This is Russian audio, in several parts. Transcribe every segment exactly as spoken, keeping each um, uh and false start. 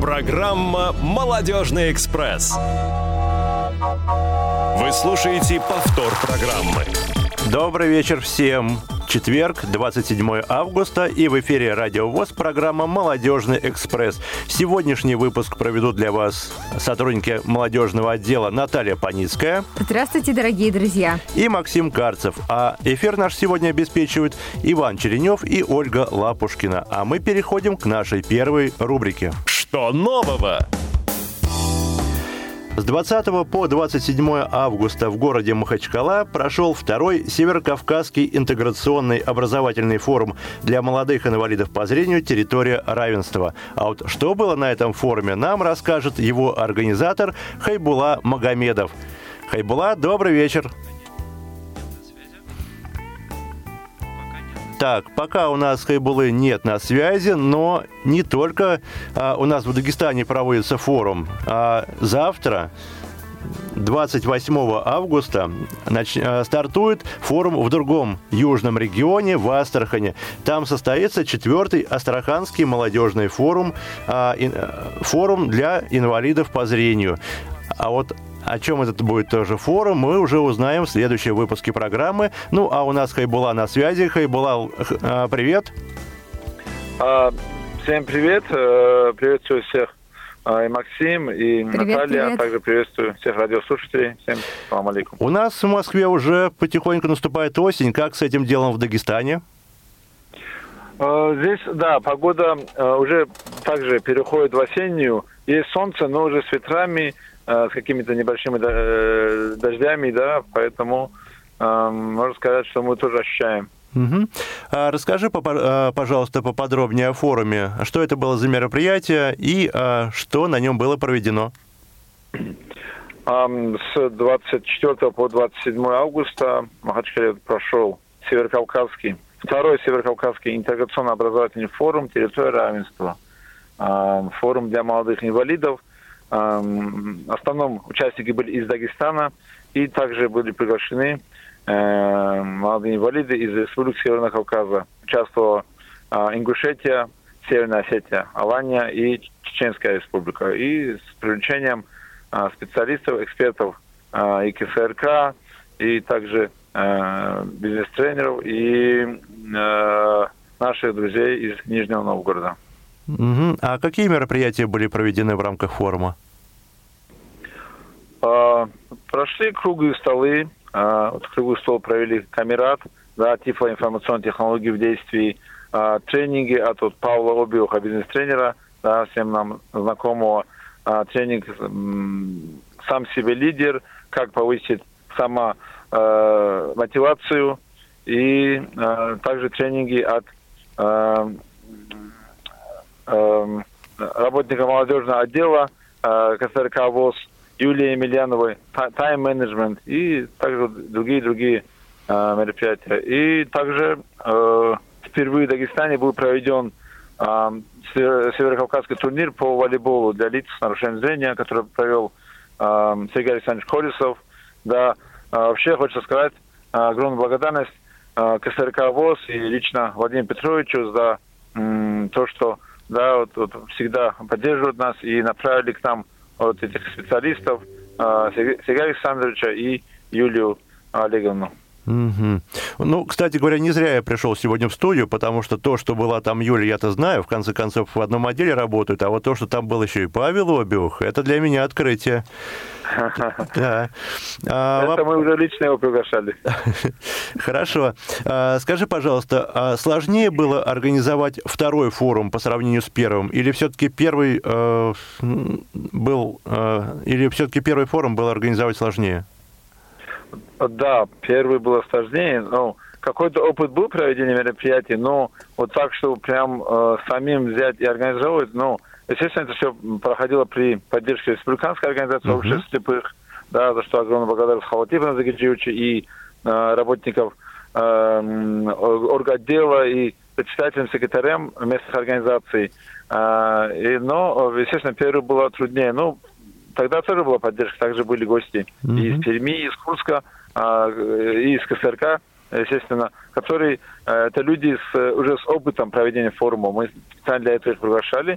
Программа «Молодежный экспресс». Вы слушаете повтор программы. Добрый вечер всем. Четверг, двадцать седьмое августа, и в эфире Радио ВОС программа «Молодежный экспресс». Сегодняшний выпуск проведут для вас сотрудники молодежного отдела Наталья Паницкая. Здравствуйте, дорогие друзья. И Максим Карцев. А эфир наш сегодня обеспечивают Иван Черенев и Ольга Лапушкина. А мы переходим к нашей первой рубрике. Что нового? С двадцатого по двадцать седьмое августа в городе Махачкала прошел второй Северокавказский интеграционный образовательный форум для молодых инвалидов по зрению «Территория равенства». А вот что было на этом форуме, нам расскажет его организатор Хайбула Магомедов. Хайбула, добрый вечер. Так, пока у нас Хайбулы нет на связи, но не только а, у нас в Дагестане проводится форум. А завтра, двадцать восьмого августа, нач... стартует форум в другом южном регионе, в Астрахани. Там состоится четвертый Астраханский молодежный форум, а, и, форум для инвалидов по зрению. А вот о чем этот будет тоже форум, мы уже узнаем в следующем выпуске программы. Ну, а у нас Хайбула на связи. Хайбула, привет. Всем привет. Приветствую всех. И Максим, и привет, Наталья. Привет. Также приветствую всех радиослушателей. Всем салам алейкум. У нас в Москве уже потихоньку наступает осень. Как с этим делом в Дагестане? Здесь, да, погода уже также переходит в осеннюю. Есть солнце, но уже с ветрами, с какими-то небольшими дождями, да, поэтому э, можно сказать, что мы тоже ощущаем. Угу. А расскажи, пожалуйста, поподробнее о форуме. Что это было за мероприятие и а, что на нем было проведено? С двадцать четвёртого по двадцать седьмое августа в Махачкале прошел Северокавказский, второй Северокавказский интеграционно-образовательный форум «Территория равенства». Форум для молодых инвалидов. В основном участники были из Дагестана, и также были приглашены э, молодые инвалиды из Республики Северного Кавказа. Участвовала э, Ингушетия, Северная Осетия, Алания и Чеченская Республика. И с привлечением э, специалистов, экспертов э, и КСРК, и также э, бизнес-тренеров, и э, наших друзей из Нижнего Новгорода. Угу. А какие мероприятия были проведены в рамках форума? А, прошли круглые столы. А, вот круглый стол провели Камерат, да, тифлоинформационные технологии в действии, а, тренинги от вот, Павла Обиуха, бизнес-тренера, да, всем нам знакомого, а, тренинг м, «Сам себе лидер», как повысить сама а, мотивацию, и а, также тренинги от а, работника молодежного отдела КСРК ВОС Юлии Емельяновой, тайм-менеджмент и также другие-другие мероприятия. И также э, впервые в Дагестане был проведен э, Северокавказский турнир по волейболу для лиц с нарушением зрения, который провел э, Сергей Александрович Колесов. Да, э, вообще хочется сказать э, огромную благодарность э, КСРК ВОС и лично Владимиру Петровичу за э, то, что да, вот, вот всегда поддерживают нас и направили к нам вот этих специалистов э, Сергея Александровича и Юлию Олеговну. Угу. Ну, кстати говоря, не зря я пришел сегодня в студию, потому что то, что была там Юля, я-то знаю, в конце концов, в одном отделе работают, а вот то, что там был еще и Павел Обиух, это для меня открытие. Да. Это мы уже лично его приглашали. Хорошо. Скажи, пожалуйста, сложнее было организовать второй форум по сравнению с первым, или все-таки первый был, или все-таки первый форум был организовать сложнее? Да, первый было сложнее, но какой-то опыт был проведения мероприятий, но вот так, чтобы прям э, самим взять и организовывать, ну, естественно, это все проходило при поддержке республиканской организации общества uh-huh. слепых, да, за что огромная благодарность Халатипу Загиджиевичу и э, работников э, орготдела и председателям, секретарям местных организаций. Э, и, но, естественно, первый было труднее. Ну, тогда тоже была поддержка, также были гости uh-huh. и из Перми, и из Курска, и из КСРК, естественно, которые, это люди с, уже с опытом проведения форума. Мы специально для этого их приглашали.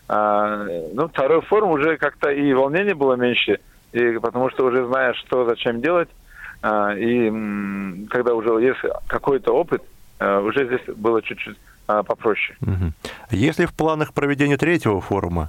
А, ну, второй форум уже как-то и волнение было меньше, и, потому что уже знаешь, что зачем делать. А, и м, когда уже есть какой-то опыт, а, уже здесь было чуть-чуть а, попроще. Угу. Есть ли в планах проведения третьего форума?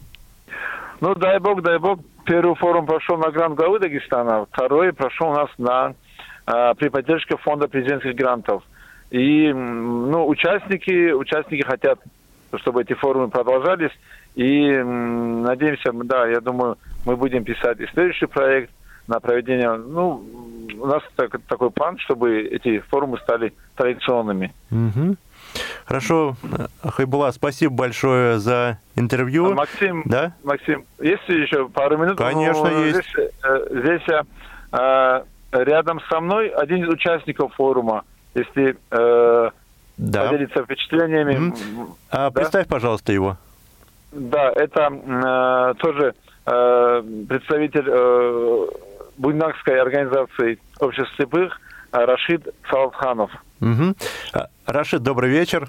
Ну, дай бог, дай бог. Первый форум прошел на грант главы Дагестана, второй прошел у нас на, а, при поддержке фонда президентских грантов. И ну, участники, участники хотят, чтобы эти форумы продолжались. И м, надеемся, да, я думаю, мы будем писать и следующий проект на проведение. Ну, у нас так, такой план, чтобы эти форумы стали традиционными. Угу. Хорошо. Хайбулла, спасибо большое за интервью. Максим, да? Максим, есть еще пару минут? Конечно, ну, есть. Здесь, здесь э, рядом со мной один из участников форума. Если э, да. поделиться впечатлениями. Mm-hmm. А, да? Представь, пожалуйста, его. Да, это э, тоже э, представитель э, Буйнакской организации общества слепых Рашид Салавханов. Угу. Рашид, добрый вечер.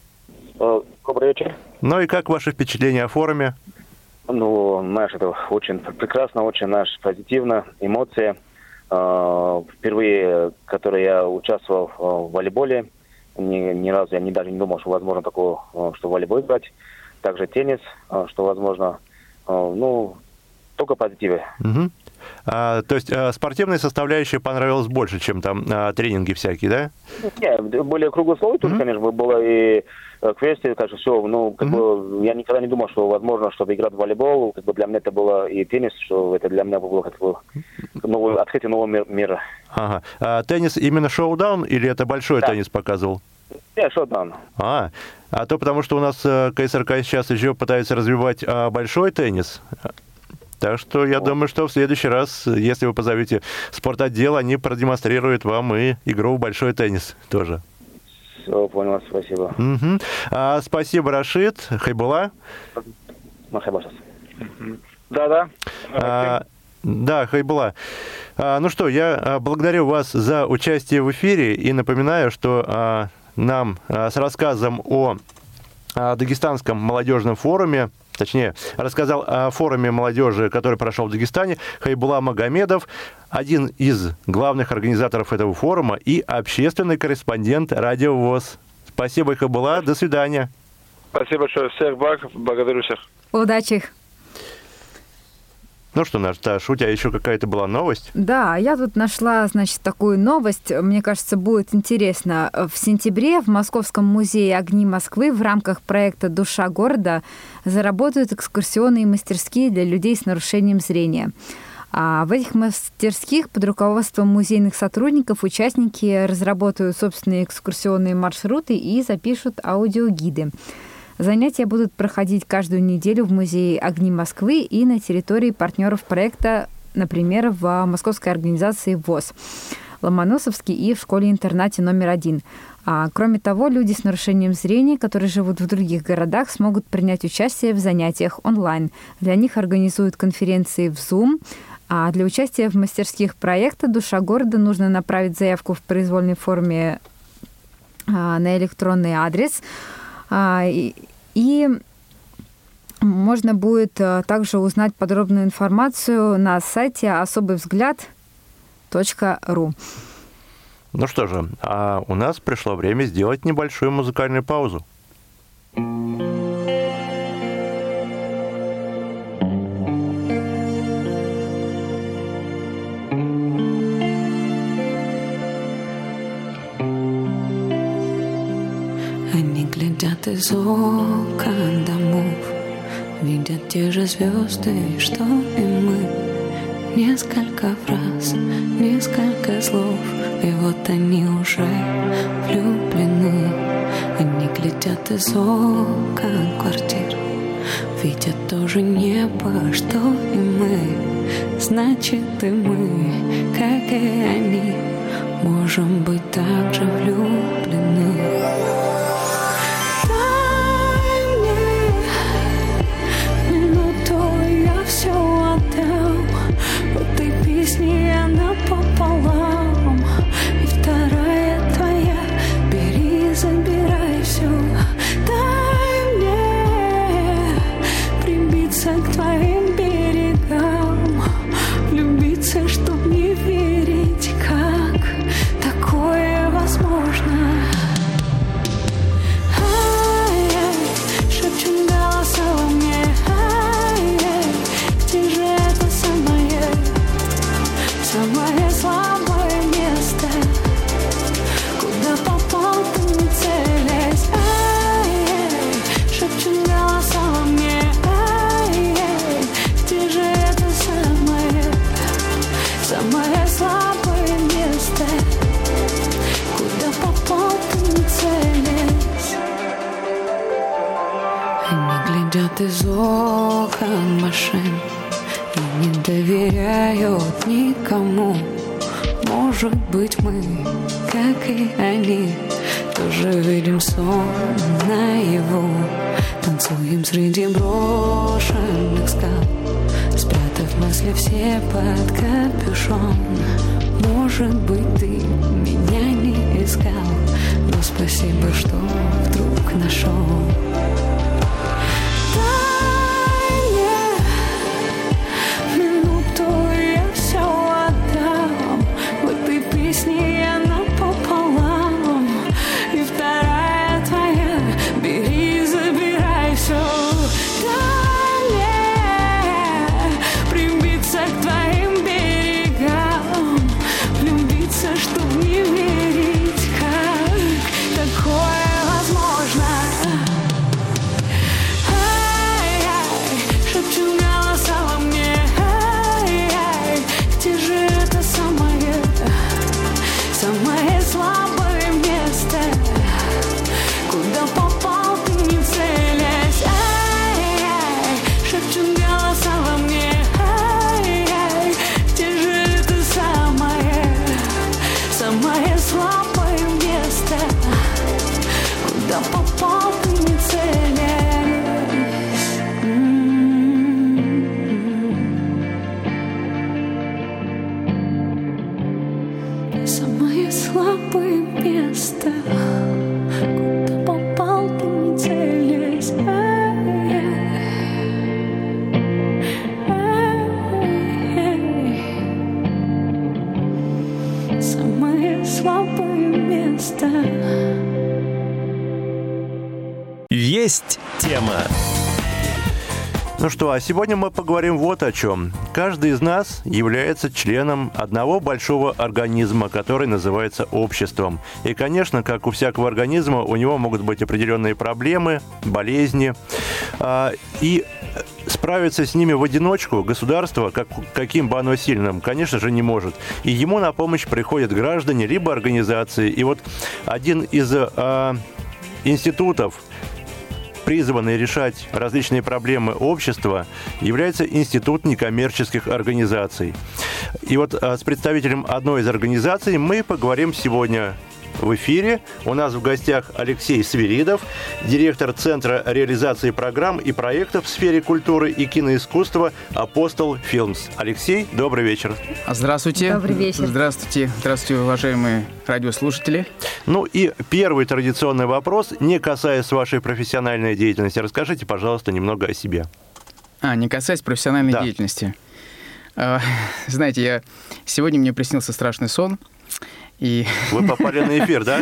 Добрый вечер. Ну и как ваши впечатления о форуме? Ну, знаешь, это очень прекрасно, очень, знаешь, позитивно, эмоции. Впервые, который я участвовал в волейболе, ни, ни разу я не, даже не думал, что возможно такое, что в волейбол играть. Также теннис, что возможно, ну, только позитивы. Угу. А, то есть а, спортивная составляющая понравилась больше, чем там а, тренинги всякие, да? Нет, более круглый слой тут, mm-hmm. конечно, было и квесты, конечно, все, ну, как mm-hmm. бы, я никогда не думал, что возможно, чтобы играть в волейбол, как бы для меня это было и теннис, что это для меня было как бы новый, открытие нового мир, мира. Ага. А теннис именно шоу-даун или это большой да. теннис показывал? Нет, шоу-даун. А, а то потому что у нас КСРК сейчас еще пытается развивать а, большой теннис. Так что я О. думаю, что в следующий раз, если вы позовете спортотдел, они продемонстрируют вам и игру в большой теннис тоже. Все, понял, спасибо. Угу. А, спасибо, Рашид. Хайбулла. Да-да. А, да, Хайбулла. А, ну что, я благодарю вас за участие в эфире и напоминаю, что а, нам а, с рассказом о, о Дагестанском молодежном форуме, точнее, рассказал о форуме молодежи, который прошел в Дагестане, Хайбулла Магомедов, один из главных организаторов этого форума и общественный корреспондент Радио ВОС. Спасибо, Хайбулла. До свидания. Спасибо большое. Всех благ. Благодарю всех. Удачи. Ну что, Наташа, у тебя еще какая-то была новость? Да, я тут нашла, значит, такую новость. Мне кажется, будет интересно. В сентябре в Московском музее «Огни Москвы» в рамках проекта «Душа города» заработают экскурсионные мастерские для людей с нарушением зрения. А в этих мастерских под руководством музейных сотрудников участники разработают собственные экскурсионные маршруты и запишут аудиогиды. Занятия будут проходить каждую неделю в музее «Огни Москвы» и на территории партнеров проекта, например, в московской организации ВОС, Ломоносовский и в школе-интернате номер один. А, кроме того, люди с нарушением зрения, которые живут в других городах, смогут принять участие в занятиях онлайн. Для них организуют конференции в Zoom. А для участия в мастерских проекта «Душа города» нужно направить заявку в произвольной форме а, на электронный адрес. И, и можно будет также узнать подробную информацию на сайте особый взгляд точка ру. Ну что же, а у нас пришло время сделать небольшую музыкальную паузу. Глядят из окон домов, видят те же звезды, что и мы. Несколько фраз, несколько слов, и вот они уже влюблены. Они глядят из окон квартир, видят то же небо, что и мы. Значит, и мы, как и они, можем быть так же влюблены. Она пополам, и вторая твоя, бери, забирай все. Дай мне твоим берегам, влюбиться, чтоб не верить, как такое возможно. Ай-яй, шепчут голоса во мне, ай-яй, где же это самое, самое слабое место, куда попал ты, не целясь. Ай-яй, шепчут голоса во мне, ай-яй, где же это самое, самое слабое место, куда попал ты, не целясь. Они глядят из окон машин и не доверяют никому. Может быть, мы, как и они, тоже видим сон наяву. Танцуем среди брошенных скал, спрятав мысли все под капюшон. Может быть, ты меня не искал, но спасибо, что вдруг нашел. Дай мне минуту, я все отдам. В этой песне я напополам, и вторая твоя, бери, забирай все. Дай мне прибиться к твоим берегам, влюбиться, чтоб не верить, как такое возможно. Ай-яй, шепчут голоса во мне, ай-яй, где же это самое, самое слабое место, куда попал ты, не целясь. Ай-яй, шепчут голоса во мне, ай-яй, где же это самое, самое слабое место, куда попал ты, не целясь. Самое слабое место, куда попал ты, не целясь. Ай-яй-яй. Самое слабое место. Есть тема. Ну что, а сегодня мы поговорим вот о чем. Каждый из нас является членом одного большого организма, который называется обществом. И, конечно, как у всякого организма, у него могут быть определенные проблемы, болезни. И справиться с ними в одиночку государство, как, каким бы оно сильным, конечно же, не может. И ему на помощь приходят граждане, либо организации. И вот один из а, институтов, призванный решать различные проблемы общества, является Институт некоммерческих организаций. И вот а, с представителем одной из организаций мы поговорим сегодня в эфире. У нас в гостях Алексей Свиридов, директор Центра реализации программ и проектов в сфере культуры и киноискусства «Апостол Филмс». Алексей, добрый вечер. Здравствуйте. Добрый вечер. Здравствуйте. Здравствуйте, уважаемые радиослушатели. Ну и первый традиционный вопрос, не касаясь вашей профессиональной деятельности. Расскажите, пожалуйста, немного о себе. А, не касаясь профессиональной Да. деятельности. А, знаете, я... сегодня мне приснился страшный сон. И... Вы попали на эфир, да?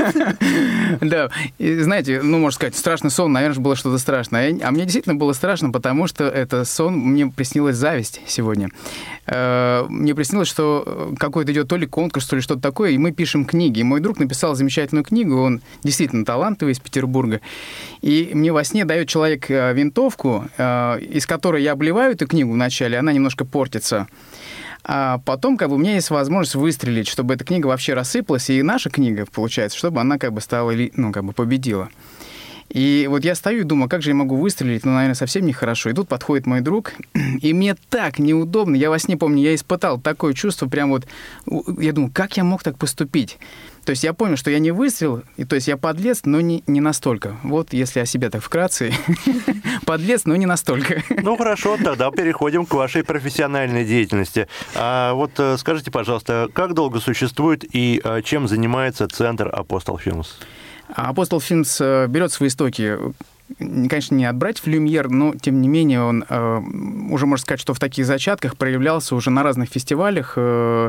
Да, и знаете, ну, можно сказать, страшный сон, наверное, было что-то страшное. А мне действительно было страшно, потому что это сон, мне приснилась зависть сегодня. Мне приснилось, что какой-то идет то ли конкурс, то ли что-то такое, и мы пишем книги. И мой друг написал замечательную книгу, он действительно талантливый, из Петербурга. И мне во сне дает человек винтовку, из которой я обливаю эту книгу вначале, она немножко портится. А потом, как бы, у меня есть возможность выстрелить, чтобы эта книга вообще рассыпалась, и наша книга, получается, чтобы она как бы стала, ну, как бы победила. И вот я стою и думаю, как же я могу выстрелить? Ну, наверное, совсем нехорошо. И тут подходит мой друг, и мне так неудобно. Я во сне помню, я испытал такое чувство, прям вот... Я думаю, как я мог так поступить? То есть я понял, что я не выстрелил, и, то есть я подлец, но не, не настолько. Вот если о себе так вкратце. Подлец, но не настолько. Ну, хорошо, тогда переходим к вашей профессиональной деятельности. А вот скажите, пожалуйста, как долго существует и чем занимается Центр «Апостол Филмс»? Апостол Филмс берет свои истоки конечно, не от братьев Люмьер, но, тем не менее, он э, уже, можно сказать, что в таких зачатках проявлялся уже на разных фестивалях. Э,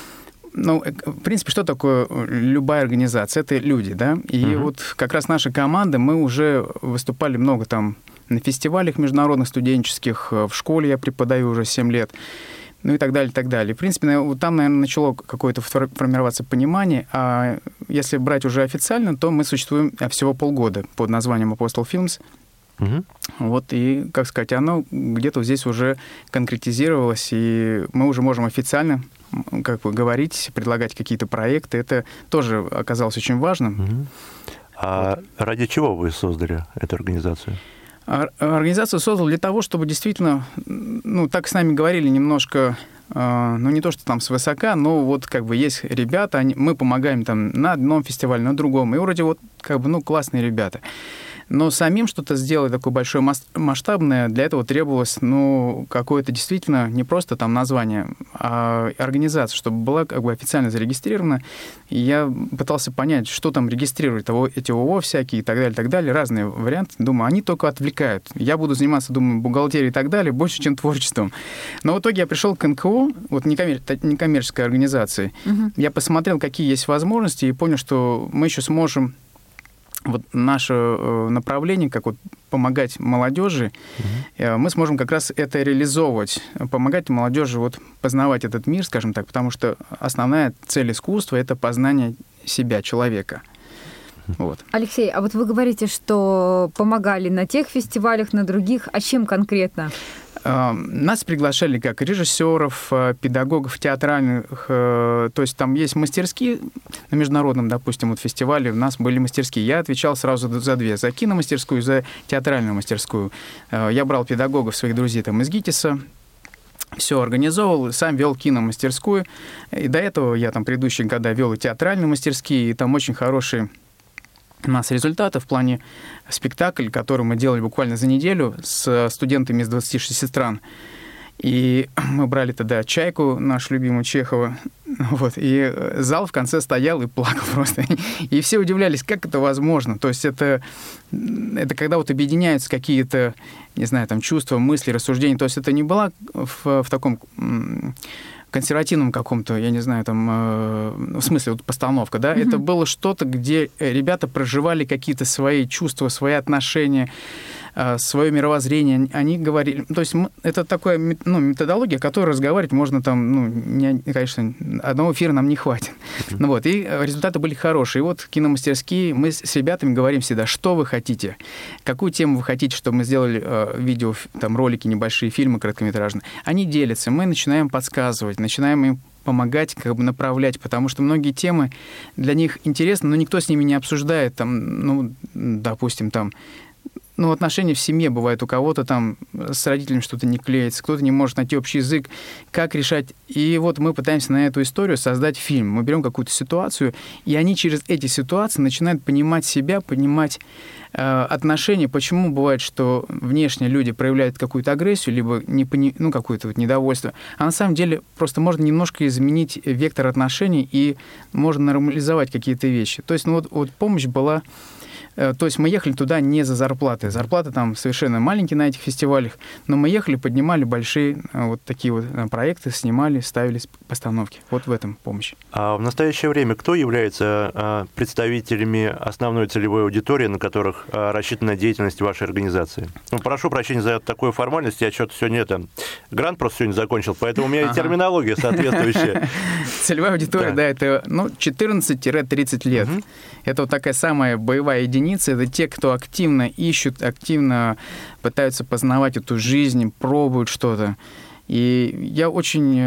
ну, в принципе, что такое любая организация? Это люди, да? И uh-huh. вот как раз наша команда, мы уже выступали много там на фестивалях международных студенческих, в школе я преподаю уже семь лет, ну и так далее, и так далее. В принципе, вот там, наверное, начало какое-то формироваться понимание, а если брать уже официально, то мы существуем всего полгода под названием Apostle Films. Угу. Вот, и, как сказать, оно где-то здесь уже конкретизировалось, и мы уже можем официально как бы говорить, предлагать какие-то проекты. Это тоже оказалось очень важным. Угу. А вот. Ради чего вы создали эту организацию? Организацию создал для того, чтобы действительно, ну, так с нами говорили немножко, э, ну, не то, что там свысока, но вот как бы есть ребята, они, мы помогаем там на одном фестивале, на другом, и вроде вот как бы, ну, классные ребята. Но самим что-то сделать такое большое масштабное, для этого требовалось, ну, какое-то действительно не просто там название, а организация, чтобы была как бы официально зарегистрирована. И я пытался понять, что там регистрировать, эти ООО всякие и так далее, и так далее, разные варианты. Думаю, они только отвлекают. Я буду заниматься, думаю, бухгалтерией и так далее, больше, чем творчеством. Но в итоге я пришел к эн ка о, вот некоммерческой организации. Угу. Я посмотрел, какие есть возможности, и понял, что мы еще сможем вот наше направление, как вот помогать молодежи, uh-huh. мы сможем как раз это реализовывать, помогать молодежи вот познавать этот мир, скажем так, потому что основная цель искусства — это познание себя, человека. Вот. Алексей, а вот вы говорите, что помогали на тех фестивалях, на других, а чем конкретно? Нас приглашали как режиссеров, педагогов театральных, то есть там есть мастерские на международном, допустим, вот фестивале, у нас были мастерские. Я отвечал сразу за две, за киномастерскую и за театральную мастерскую. Я брал педагогов, своих друзей там из ГИТИСа, все организовал, сам вел киномастерскую. И до этого я там предыдущие года вел и театральные мастерские, и там очень хорошие у нас результаты в плане спектакля, который мы делали буквально за неделю с студентами из двадцати шести стран. И мы брали тогда «Чайку», нашу любимую Чехова, вот, и зал в конце стоял и плакал просто. И все удивлялись, как это возможно. То есть это, это когда вот объединяются какие-то, не знаю, там, чувства, мысли, рассуждения. То есть это не было в, в таком консервативном каком-то, я не знаю, там, э, в смысле, вот постановка, да, mm-hmm. это было что-то, где ребята проживали какие-то свои чувства, свои отношения, э, свое мировоззрение, они говорили, то есть это такая, ну, методология, о которой разговаривать можно там, ну, не, конечно, одного эфира нам не хватит. Mm-hmm. Ну вот, и результаты были хорошие. И вот киномастерские, мы с ребятами говорим всегда, что вы хотите, какую тему вы хотите, чтобы мы сделали э, видео, там, ролики, небольшие фильмы короткометражные. Они делятся, мы начинаем подсказывать, начинаем им помогать, как бы направлять, потому что многие темы для них интересны, но никто с ними не обсуждает, там, ну, допустим, там, ну, отношения в семье бывают у кого-то там с родителями что-то не клеится, кто-то не может найти общий язык, как решать. И вот мы пытаемся на эту историю создать фильм. Мы берем какую-то ситуацию, и они через эти ситуации начинают понимать себя, понимать э, отношения. Почему бывает, что внешне люди проявляют какую-то агрессию, либо не пони... ну, какое-то вот недовольство, а на самом деле просто можно немножко изменить вектор отношений и можно нормализовать какие-то вещи. То есть, ну, вот, вот помощь была... То есть мы ехали туда не за зарплаты. Зарплаты там совершенно маленькие на этих фестивалях, но мы ехали, поднимали большие вот такие вот проекты, снимали, ставили постановки. Вот в этом помощь. А в настоящее время кто является представителями основной целевой аудитории, на которых рассчитана деятельность вашей организации? Ну, прошу прощения за такую формальность, я что-то сегодня это... Грант просто сегодня закончил, поэтому у меня и терминология соответствующая. Целевая аудитория, да, это ну, четырнадцать-тридцать лет. Это вот такая самая боевая единица. Это те, кто активно ищут, активно пытаются познавать эту жизнь, пробуют что-то. И я очень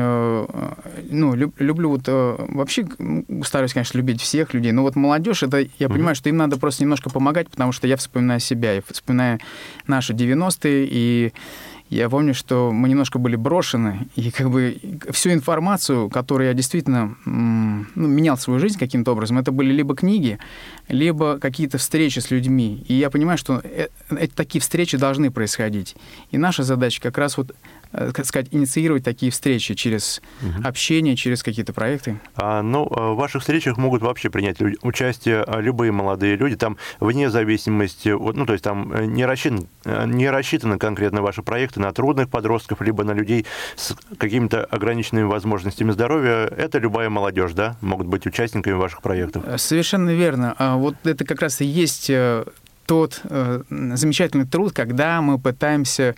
ну, люблю, вот, вообще стараюсь, конечно, любить всех людей, но вот молодежь, это, я понимаю, что им надо просто немножко помогать, потому что я вспоминаю себя, я вспоминаю наши девяностые, и я помню, что мы немножко были брошены, и как бы всю информацию, которую я действительно ну, менял свою жизнь каким-то образом, это были либо книги, либо какие-то встречи с людьми. И я понимаю, что э- э- такие встречи должны происходить. И наша задача как раз вот так сказать, инициировать такие встречи через угу. общение, через какие-то проекты? А, ну, в ваших встречах могут вообще принять участие любые молодые люди, там вне зависимости, ну, то есть там не рассчитаны, не рассчитаны конкретно ваши проекты на трудных подростков, либо на людей с какими-то ограниченными возможностями здоровья. Это любая молодежь, да, могут быть участниками ваших проектов? Совершенно верно. Вот это как раз и есть тот замечательный труд, когда мы пытаемся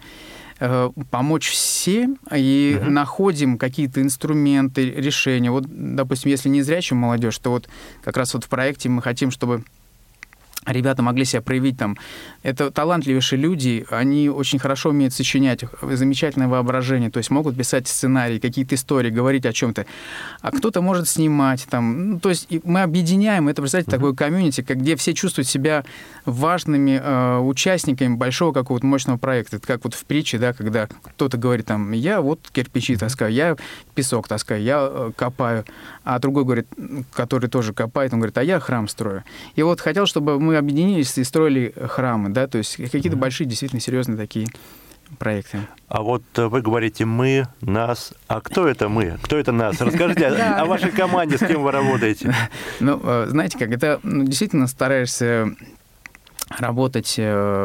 помочь всем и uh-huh. находим какие-то инструменты, решения. Вот, допустим, если не зрячая молодежь, то вот как раз вот в проекте мы хотим, чтобы ребята могли себя проявить там. Это талантливейшие люди, они очень хорошо умеют сочинять, замечательное воображение, то есть могут писать сценарии, какие-то истории, говорить о чем-то. А кто-то может снимать там. Ну, то есть мы объединяем, это, представьте, uh-huh. такое комьюнити, где все чувствуют себя важными э, участниками большого какого-то мощного проекта. Это как вот в притче, да, когда кто-то говорит там, я вот кирпичи таскаю, я песок таскаю, я э, копаю, а другой говорит, который тоже копает, он говорит, а я храм строю. И вот хотел, чтобы мы объединились и строили храмы, да, то есть какие-то mm-hmm. большие, действительно серьезные такие проекты. А вот вы говорите «мы», «нас». А кто это «мы»? Кто это «нас»? Расскажите о вашей команде, с кем вы работаете. Ну, знаете как, это действительно стараешься работать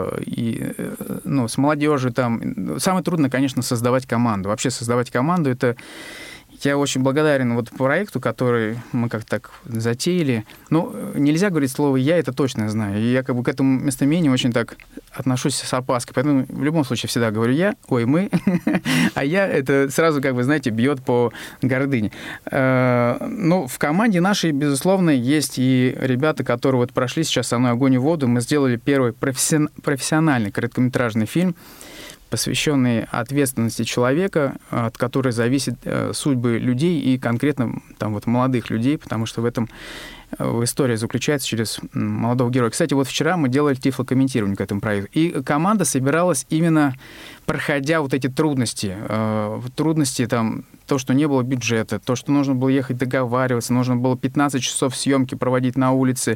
и, ну, с молодежью. Там. Самое трудное, конечно, создавать команду. Вообще создавать команду — это... Я очень благодарен вот проекту, который мы как-то так затеяли. Ну, нельзя говорить слово «я», это точно знаю. И я как бы к этому местоимению очень так отношусь с опаской. Поэтому в любом случае всегда говорю «я», ой, «мы», а «я» — это сразу, как бы, знаете, бьет по гордыне. Ну, в команде нашей, безусловно, есть и ребята, которые вот прошли сейчас со мной огонь и воду. Мы сделали первый профессиональный короткометражный фильм, посвященный ответственности человека, от которой зависит судьбы людей и конкретно там, вот, молодых людей, потому что в этом история заключается через молодого героя. Кстати, вот вчера мы делали тифлокомментирование к этому проекту, и команда собиралась именно проходя вот эти трудности, трудности там, то, что не было бюджета, то, что нужно было ехать договариваться, нужно было пятнадцать часов съемки проводить на улице,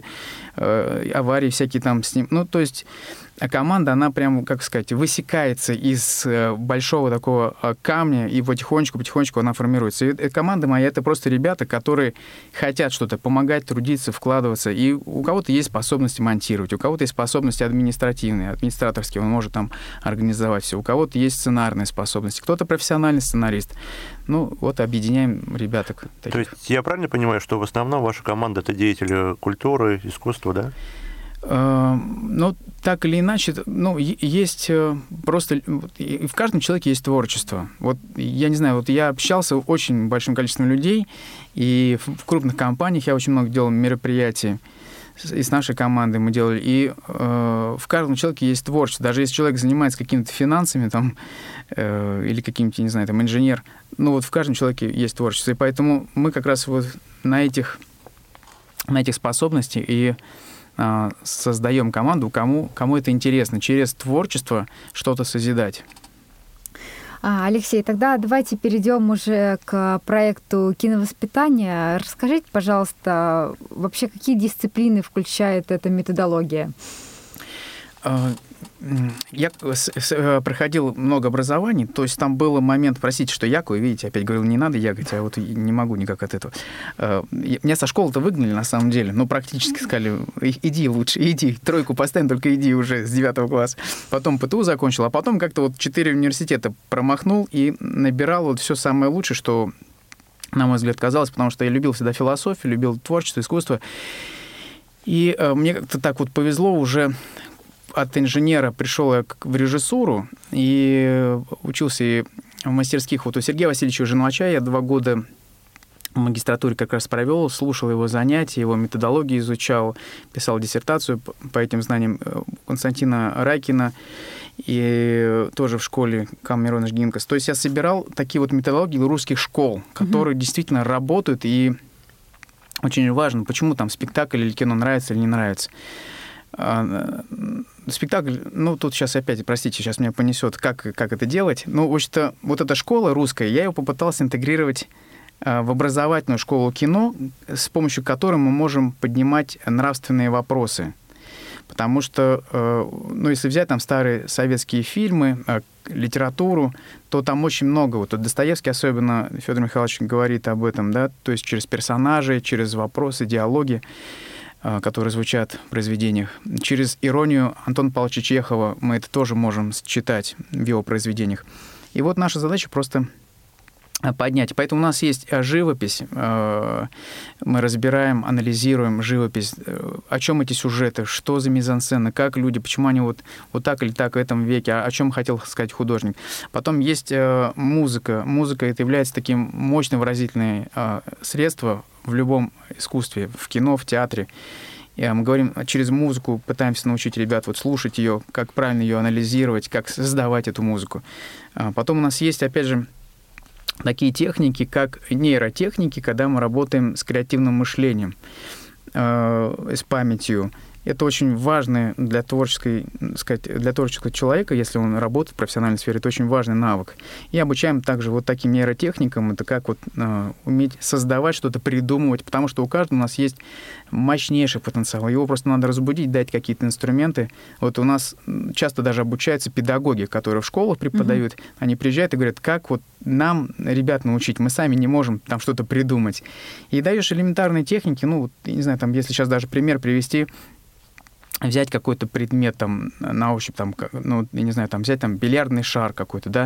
аварии всякие там с ним. Ну, то есть команда, она прям, как сказать, высекается из большого такого камня, и потихонечку-потихонечку она формируется. И команда моя — это просто ребята, которые хотят что-то помогать, трудиться, вкладываться. И у кого-то есть способности монтировать, у кого-то есть способности административные, администраторские, он может там организовать все. У кого-то есть сценарные способности, кто-то профессиональный сценарист. Ну, вот объединяем ребяток таких. То есть я правильно понимаю, что в основном ваша команда — это деятели культуры, искусства, да? Ну, так или иначе, ну, есть просто... В каждом человеке есть творчество. Вот, я не знаю, вот я общался с очень большим количеством людей, и в крупных компаниях я очень много делал мероприятий, и с нашей командой мы делали, и э, в каждом человеке есть творчество. Даже если человек занимается какими-то финансами, там, э, или каким-то, не знаю, там, инженер, ну, вот в каждом человеке есть творчество. И поэтому мы как раз вот на этих, на этих способностях и создаем команду, кому, кому это интересно, через творчество что-то созидать. А, Алексей, тогда давайте перейдем уже к проекту киновоспитания. Расскажите, пожалуйста, вообще какие дисциплины включает эта методология? Я проходил много образований, то есть там был момент, простите, что якаю, видите, опять говорил, не надо якать, а вот не могу никак от этого. Меня со школы-то выгнали, на самом деле, ну, практически сказали, иди лучше, иди, тройку поставим, только иди уже с девятого класса. Потом ПТУ закончил, а потом как-то вот четыре университета промахнул и набирал вот все самое лучшее, что, на мой взгляд, казалось, потому что я любил всегда философию, любил творчество, искусство. И мне как-то так вот повезло уже... От инженера пришел я в режиссуру и учился и в мастерских. Вот у Сергея Васильевича Женовача я два года в магистратуре как раз провел, слушал его занятия, его методологию изучал, писал диссертацию по этим знаниям Константина Райкина и тоже в школе Кам Миронович Гинкас. То есть я собирал такие вот методологии русских школ, которые mm-hmm. действительно работают, и очень важно, почему там спектакль или кино нравится или не нравится. Спектакль, ну, тут сейчас опять, простите, сейчас меня понесет, как, как это делать. Ну, в общем-то, вот эта школа русская, я ее попытался интегрировать в образовательную школу кино, с помощью которой мы можем поднимать нравственные вопросы. Потому что, ну, если взять там старые советские фильмы, литературу, то там очень много. Вот Достоевский особенно, Федор Михайлович говорит об этом, да, то есть через персонажей, через вопросы, диалоги, которые звучат в произведениях. Через иронию Антона Павловича Чехова мы это тоже можем читать в его произведениях. И вот наша задача просто поднять. Поэтому у нас есть живопись, мы разбираем, анализируем живопись, о чем эти сюжеты, что за мизансцена, как люди, почему они вот, вот так или так в этом веке, о чем хотел сказать художник. Потом есть музыка. Музыка — это является таким мощным выразительным средством в любом искусстве, в кино, в театре. И мы говорим, через музыку пытаемся научить ребят вот слушать ее, как правильно ее анализировать, как создавать эту музыку. Потом у нас есть, опять же, такие техники, как нейротехники, когда мы работаем с креативным мышлением, э, с памятью. Это очень важно для творческой, сказать, для творческого человека, если он работает в профессиональной сфере, это очень важный навык. И обучаем также вот таким нейротехникам, это как вот э, уметь создавать что-то, придумывать, потому что у каждого у нас есть мощнейший потенциал. Его просто надо разбудить, дать какие-то инструменты. Вот у нас часто даже обучаются педагоги, которые в школах преподают, mm-hmm. они приезжают и говорят, как вот нам ребят научить, мы сами не можем там что-то придумать. И даешь элементарные техники, ну, вот, не знаю, там, если сейчас даже пример привести, взять какой-то предмет там на ощупь, там, ну, я не знаю, там, взять там бильярдный шар какой-то, да,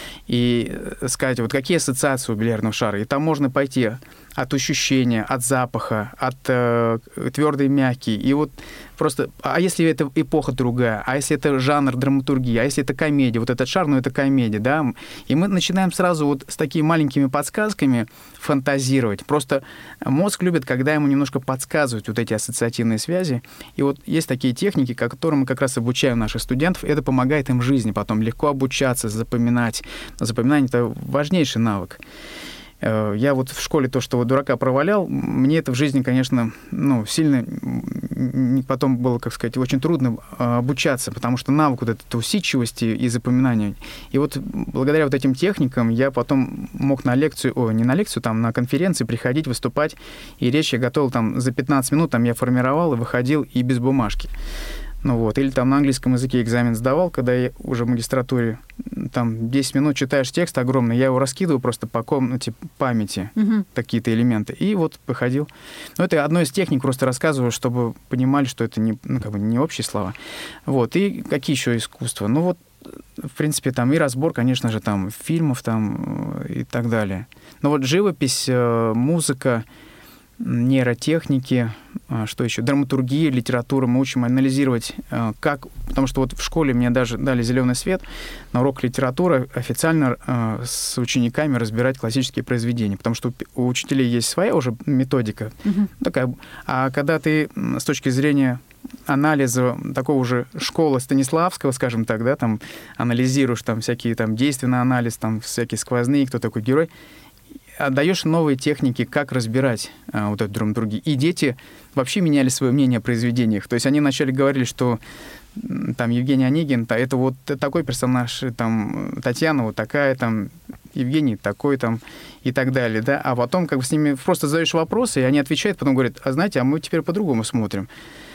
и сказать, вот какие ассоциации у бильярдного шара. И там можно пойти от ощущения, от запаха, от э, твердый, мягкий. И вот просто, а если это эпоха другая, а если это жанр драматургии, а если это комедия, вот этот шар, ну, это комедия, да, и мы начинаем сразу вот с такими маленькими подсказками фантазировать. Просто мозг любит, когда ему немножко подсказывают вот эти ассоциативные связи. И вот есть такие техники, которым мы как раз обучаем наших студентов, и это помогает им в жизни потом легко обучаться, запоминать. Запоминание — это важнейший навык. Я вот в школе то, что вот дурака провалял, мне это в жизни, конечно, ну, сильно потом было, как сказать, очень трудно обучаться, потому что навык вот этой усидчивости и запоминания. И вот благодаря вот этим техникам я потом мог на лекцию, о, не на лекцию, там, на конференции приходить, выступать, и речь я готовил там за пятнадцать минут, там я формировал и выходил и без бумажки. Ну вот, или там на английском языке экзамен сдавал, когда я уже в магистратуре, там десять минут читаешь текст огромный, я его раскидываю просто по комнате памяти, uh-huh. какие-то элементы, и вот выходил. Ну, это одно из техник, просто рассказываю, чтобы понимали, что это не, ну, как бы не общие слова. Вот, и какие еще искусства? Ну, вот, в принципе, там и разбор, конечно же, там фильмов там и так далее. Но вот живопись, музыка, нейротехники, что еще, драматургия, литература, мы учим анализировать, как, потому что вот в школе мне даже дали зеленый свет на урок литературы официально с учениками разбирать классические произведения, потому что у учителей есть своя уже методика, mm-hmm. такая, а когда ты с точки зрения анализа такого же школы Станиславского, скажем так, да, там анализируешь там всякие там действенный анализ, там всякие сквозные, кто такой герой, отдаешь новые техники, как разбирать а, вот эту драматургию. И дети вообще меняли свое мнение о произведениях. То есть они вначале говорили, что там Евгений Онегин, это вот такой персонаж, там Татьяна вот такая, там Евгений такой, там и так далее, да. А потом как бы с ними просто задаешь вопросы, и они отвечают, потом говорят, а знаете, а мы теперь по-другому смотрим.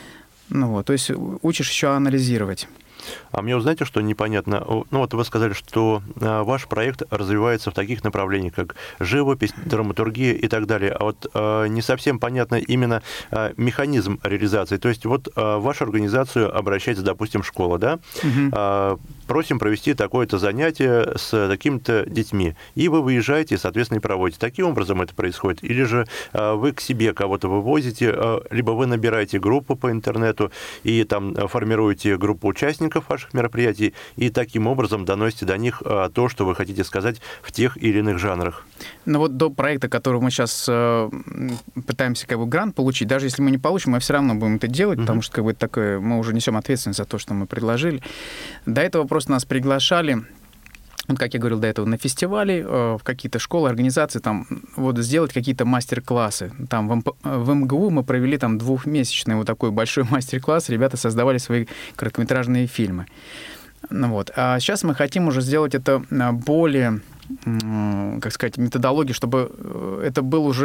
Ну вот, то есть учишь еще анализировать. А мне, знаете, что непонятно? Ну, вот вы сказали, что ваш проект развивается в таких направлениях, как живопись, драматургия и так далее. А вот э, не совсем понятно именно э, механизм реализации. То есть вот э, в вашу организацию обращается, допустим, школа, да? Угу. Э, просим провести такое-то занятие с такими-то детьми. И вы выезжаете, соответственно, и проводите. Таким образом это происходит? Или же э, вы к себе кого-то вывозите, э, либо вы набираете группу по интернету и там формируете группу участников ваших мероприятий, и таким образом доносите до них а, то, что вы хотите сказать в тех или иных жанрах. Ну вот до проекта, который мы сейчас э, пытаемся как бы грант получить, даже если мы не получим, мы все равно будем это делать, uh-huh. потому что как бы такое, мы уже несем ответственность за то, что мы предложили. До этого просто нас приглашали, вот как я говорил до этого, на фестивали, э, в какие-то школы, организации, там, вот сделать какие-то мастер-классы. Там в, МП, в МГУ мы провели там двухмесячный вот такой большой мастер-класс, ребята создавали свои короткометражные фильмы. Ну, вот. А сейчас мы хотим уже сделать это более, как сказать, методологией, чтобы это был уже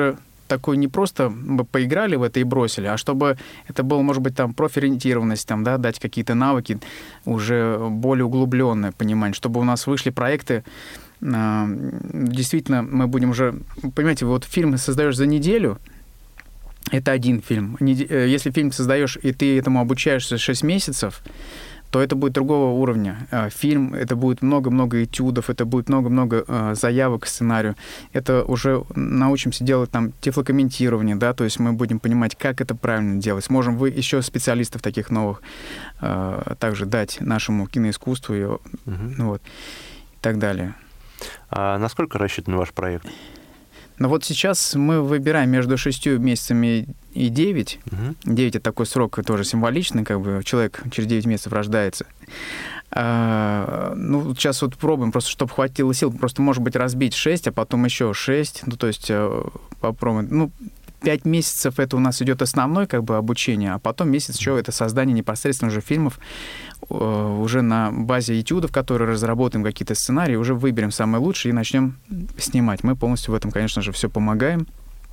такой не просто мы поиграли в это и бросили, а чтобы это было, может быть, там профориентированность, там, да, дать какие-то навыки, уже более углубленное понимание, чтобы у нас вышли проекты. Действительно, мы будем уже... Понимаете, вот фильм создаешь за неделю, это один фильм. Если фильм создаешь, и ты этому обучаешься шесть месяцев, то это будет другого уровня. Фильм, это будет много-много этюдов, это будет много-много заявок к сценарию. Это уже научимся делать там тифлокомментирование, да, то есть мы будем понимать, как это правильно делать. Сможем вы еще специалистов таких новых также дать нашему киноискусству и, угу. вот, и так далее. А насколько рассчитан ваш проект? Ну вот сейчас мы выбираем между шестью месяцами и девять. Угу. Девять — это такой срок тоже символичный, как бы человек через девять месяцев рождается. А, ну, сейчас вот пробуем, просто чтобы хватило сил, просто, может быть, разбить шесть, а потом еще шесть. Ну, то есть попробуем. Ну, пять месяцев это у нас идет основное как бы обучение, а потом месяц еще это создание непосредственно уже фильмов, уже на базе этюдов, которые разработаем какие-то сценарии, уже выберем самые лучшие и начнем снимать. Мы полностью в этом, конечно же, все помогаем.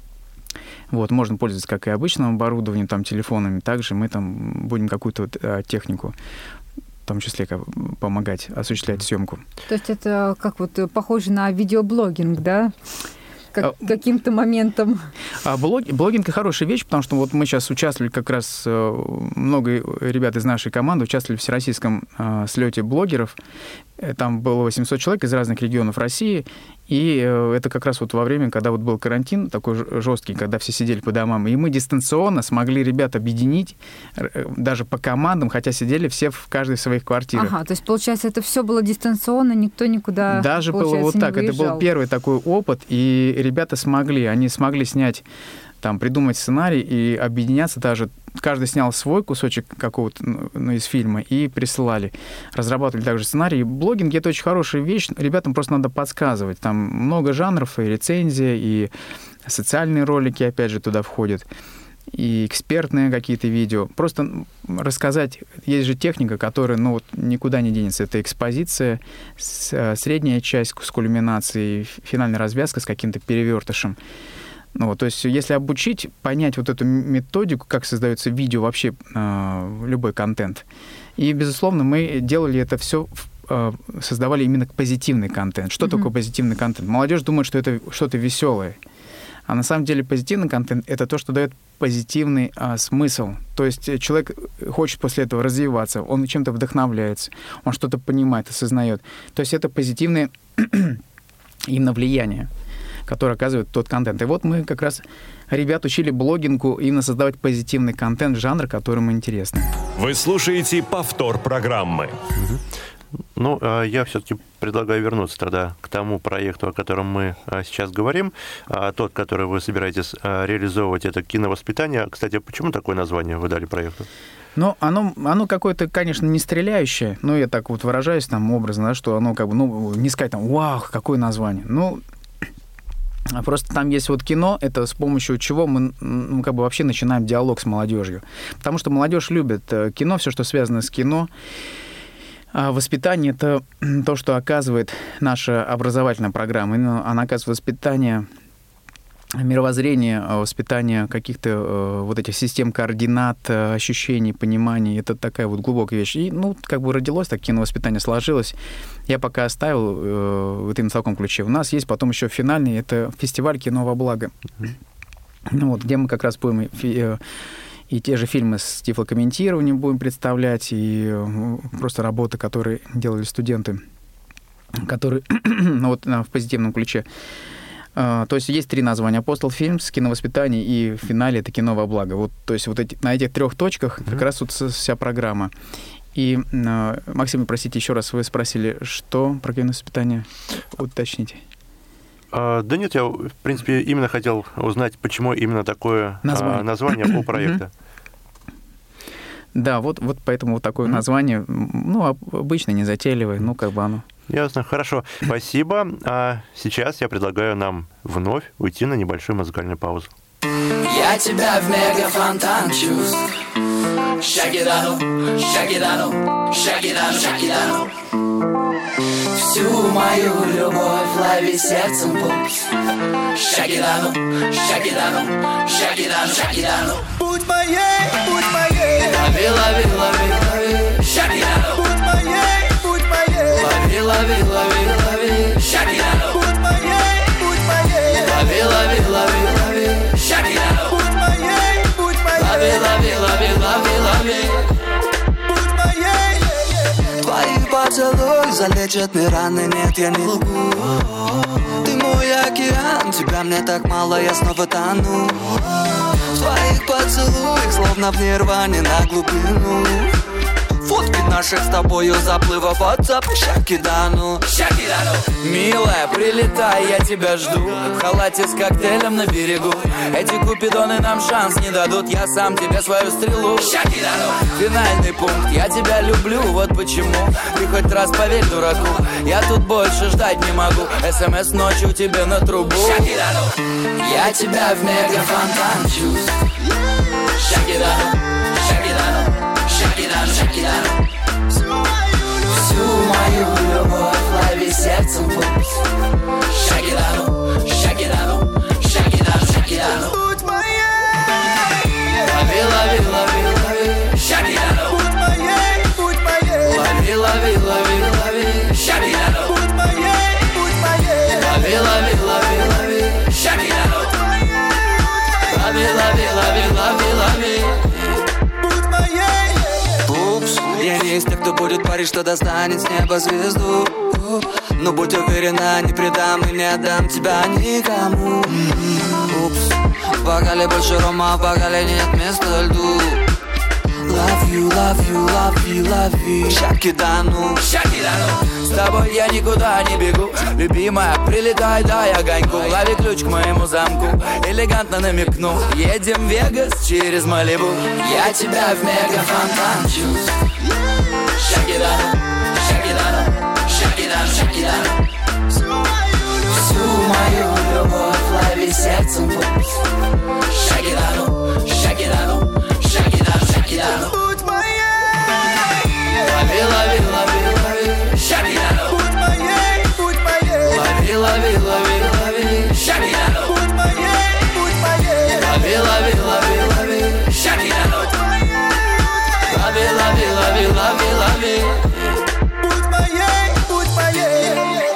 Вот, можно пользоваться как и обычным оборудованием, там, телефонами, также мы там будем какую-то вот, а, технику в том числе как, помогать осуществлять съемку. То есть это как вот похоже на видеоблогинг, да? Как, каким-то моментом. А блог, блогинг — это хорошая вещь, потому что вот мы сейчас участвовали как раз, много ребят из нашей команды участвовали в всероссийском э, слете блогеров. Там было восемьсот человек из разных регионов России, и это как раз вот во время, когда вот был карантин такой жесткий, когда все сидели по домам, и мы дистанционно смогли ребят объединить даже по командам, хотя сидели все в каждой своих квартирах. Ага, то есть, получается, это все было дистанционно, никто никуда, даже было вот так, выезжал. Это был первый такой опыт, и ребята смогли, они смогли снять, там, придумать сценарий и объединяться даже. Каждый снял свой кусочек какого-то ну, из фильма и присылали. Разрабатывали также сценарий. Блогинг — это очень хорошая вещь. Ребятам просто надо подсказывать. Там много жанров, и рецензия, и социальные ролики, опять же, туда входят, и экспертные какие-то видео. Просто рассказать. Есть же техника, которая ну, вот, никуда не денется. Это экспозиция, средняя часть с кульминацией, финальная развязка с каким-то перевертышем. Ну, вот, то есть, если обучить, понять вот эту методику, как создается видео, вообще э, любой контент. И, безусловно, мы делали это все, э, создавали именно позитивный контент. Что mm-hmm. такое позитивный контент? Молодежь думает, что это что-то веселое. А на самом деле позитивный контент — это то, что дает позитивный а, смысл. То есть человек хочет после этого развиваться, он чем-то вдохновляется, он что-то понимает, осознает. То есть это позитивное именно влияние, который оказывает тот контент. И вот мы как раз ребят учили блогингу именно создавать позитивный контент, жанр, который им интересен. Вы слушаете повтор программы. Ну, я все-таки предлагаю вернуться тогда к тому проекту, о котором мы сейчас говорим. Тот, который вы собираетесь реализовывать, это киновоспитание. Кстати, почему такое название вы дали проекту? Ну, оно, оно какое-то, конечно, не стреляющее, но я так вот выражаюсь там образно, да, что оно как бы, ну, не сказать там, вау, какое название. Ну, просто там есть вот кино, это с помощью чего мы ну, как бы вообще начинаем диалог с молодежью. Потому что молодежь любит кино, все, что связано с кино. А воспитание — это то, что оказывает наша образовательная программа. Она оказывает воспитание мировоззрения, воспитание каких-то вот этих систем координат, ощущений, пониманий. Это такая вот глубокая вещь. И, ну, как бы родилось, так киновоспитание сложилось. Я пока оставил э, вот именно в таком ключе. У нас есть потом еще финальный, это фестиваль «Кино во благо». Mm-hmm. Ну, вот, где мы как раз будем и, и те же фильмы с тифлокомментированием будем представлять, и просто работы, которые делали студенты, которые ну, вот, в позитивном ключе. То есть есть три названия: «Апостол Фильмс», «Киновоспитание» и в финале это «Кино во благо». Вот, то есть вот эти, на этих трех точках mm-hmm. как раз вот вся программа. И, Максим, простите, еще раз, вы спросили, что про киновоспитание? Уточните. А, да нет, я, в принципе, именно хотел узнать, почему именно такое название, а, название у проекта. Да, вот, вот поэтому вот такое mm-hmm. название, ну, обычно незатейливое, ну, как бы оно. Ясно, хорошо, спасибо. А сейчас я предлагаю нам вновь уйти на небольшую музыкальную паузу. Я тебя в мегафонтан чувств. Shake it out, shake it out, shake it out, shake it out. Всю мою любовь лови сердцем пульс. Шагидану, шагидану, шагидану, шагидану. Будь моей, будь моей. Лови, лови, лови, лови. Шагидану. Будь моей, будь моей. Лови, лови, лови, лови. Шагидану. Будь моей, будь моей. Лови, лови, лови, лови. Шагидану. Будь моей, будь моей. Лови, лови, лови, лови, лови. Будь моей. Твои поцелуи залечат мне раны, нет, я не лгу. Ты мой океан, тебя мне так мало, я снова тону. В твоих поцелуях, словно в нирване на глубину. Фотки наших с тобою заплывов WhatsApp. Шакидану, Шакидану. Милая, прилетай, я тебя жду. В халате с коктейлем на берегу. Эти купидоны нам шанс не дадут. Я сам тебе свою стрелу. Шакидану. Финальный пункт, я тебя люблю. Вот почему, ты хоть раз поверь дураку. Я тут больше ждать не могу. СМС ночью тебе на трубу. Шакидану. Я тебя в мегафонтан чувств. Шакидану, Шакидану. Шакидану, Шакидану. Всю мою любовь лови сердцем пульс. Шакидану, Шакидану, Шакидану, Шакидану. Будь моей. Лови, лови, лови, лови. Шакидану. Будь моей, будь моей. Лови, лови, лови, лови. Шакидану. Будь моей, будь моей. Лови, лови, лови, лови. Шакидану. Лови, лови, лови, лови, лови. Я не из тех, кто будет парить, что достанет с неба звезду. Но будь уверена, не предам и не отдам тебя никому. Упс, в бокале больше рома, в бокале нет места льду. Love you, love you, love you, love you. Шакидану, Шакидану. С тобой я никуда не бегу. Любимая, прилетай, дай огоньку. Лови ключ к моему замку. Элегантно намекну. Едем в Вегас через Малибу. Я тебя в мегафонтан чувств. Шакидану, Шакидану, Шакидану, Шакидану. Всю мою любовь лови сердцем пульс. Шакидану, Шакидану, Шакидану, Шакидану. Будь моей. Лови, лови, лови, лови. Шакидану. Будь моей, будь моей. Лови, лови, лови, лови. Шакидану. Будь моей, будь моей. Лови, лови, лови, лови. Шакидану. Лови, лови, лови, лови, лови. Будь моей, будь моей.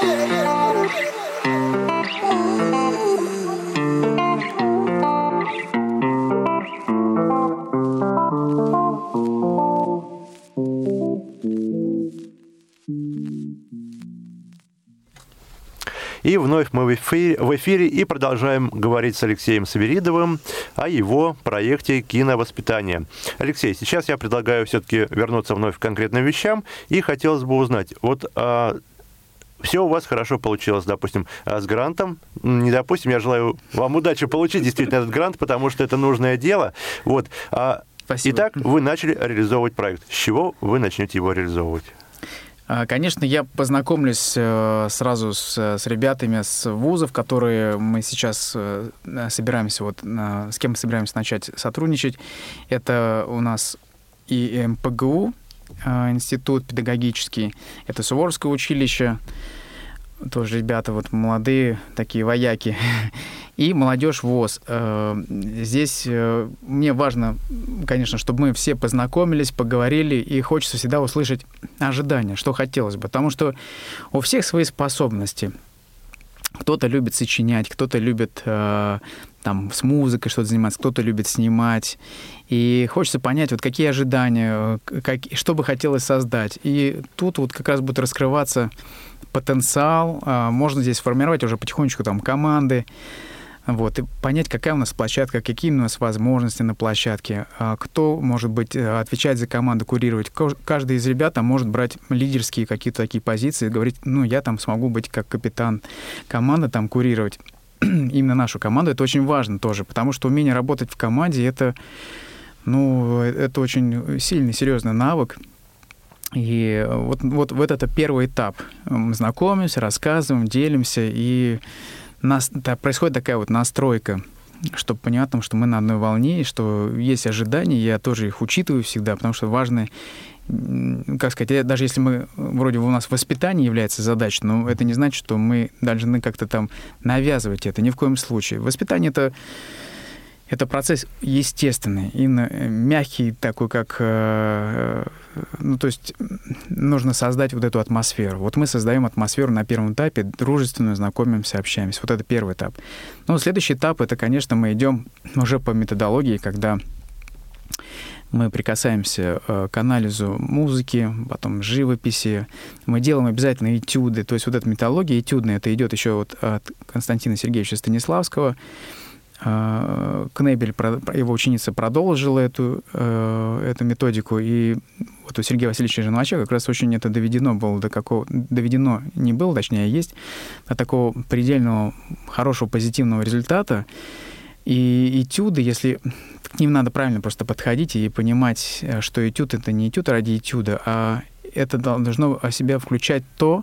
И вновь мы в эфире, в эфире и продолжаем говорить с Алексеем Свиридовым о его проекте «Киновоспитание». Алексей, сейчас я предлагаю все-таки вернуться вновь к конкретным вещам, и хотелось бы узнать, вот а, все у вас хорошо получилось, допустим, с грантом. Не допустим, я желаю вам удачи получить действительно этот грант, потому что это нужное дело. Вот. А, итак, вы начали реализовывать проект. С чего вы начнете его реализовывать? Конечно, я познакомлюсь сразу с, с ребятами с вузов, которые мы сейчас собираемся, вот, с кем мы собираемся начать сотрудничать. Это у нас и эм пэ гэ у, институт педагогический, это Суворовское училище, тоже ребята вот молодые, такие вояки, и молодежь ВОС. Здесь мне важно, конечно, чтобы мы все познакомились, поговорили, и хочется всегда услышать ожидания, что хотелось бы, потому что у всех свои способности. Кто-то любит сочинять, кто-то любит там, с музыкой что-то заниматься, кто-то любит снимать. И хочется понять, вот какие ожидания, как, что бы хотелось создать. И тут вот как раз будет раскрываться потенциал. Можно здесь формировать уже потихонечку там команды. Вот, и понять, какая у нас площадка, какие у нас возможности на площадке, кто, может быть, отвечать за команду, курировать. Каждый из ребят там может брать лидерские какие-то такие позиции, говорить, ну, я там смогу быть как капитан команды, там, курировать именно нашу команду. Это очень важно тоже, потому что умение работать в команде, это, ну, это очень сильный, серьезный навык. И вот, вот, вот это первый этап. Мы знакомимся, рассказываем, делимся, и нас, да, происходит такая вот настройка, чтобы понятно, что мы на одной волне, и что есть ожидания, я тоже их учитываю всегда, потому что важно как сказать, даже если мы, вроде у нас воспитание является задачей, но это не значит, что мы должны как-то там навязывать это, ни в коем случае. Воспитание — это, это процесс естественный и мягкий такой, как... Ну, то есть нужно создать вот эту атмосферу. Вот мы создаем атмосферу на первом этапе, дружественную, знакомимся, общаемся. Вот это первый этап. Ну, следующий этап — это, конечно, мы идем уже по методологии, когда мы прикасаемся к анализу музыки, потом живописи. Мы делаем обязательно этюды. То есть вот эта методология этюдная, это идет еще вот от Константина Сергеевича Станиславского. Кнебель, его ученица, продолжила эту, эту методику, и вот у Сергея Васильевича Жановича как раз очень это доведено было до какого... Доведено не было, точнее, есть до такого предельного хорошего позитивного результата. И этюды, если к ним надо правильно просто подходить и понимать, что этюд — это не этюд ради этюда, а это должно в себя включать то,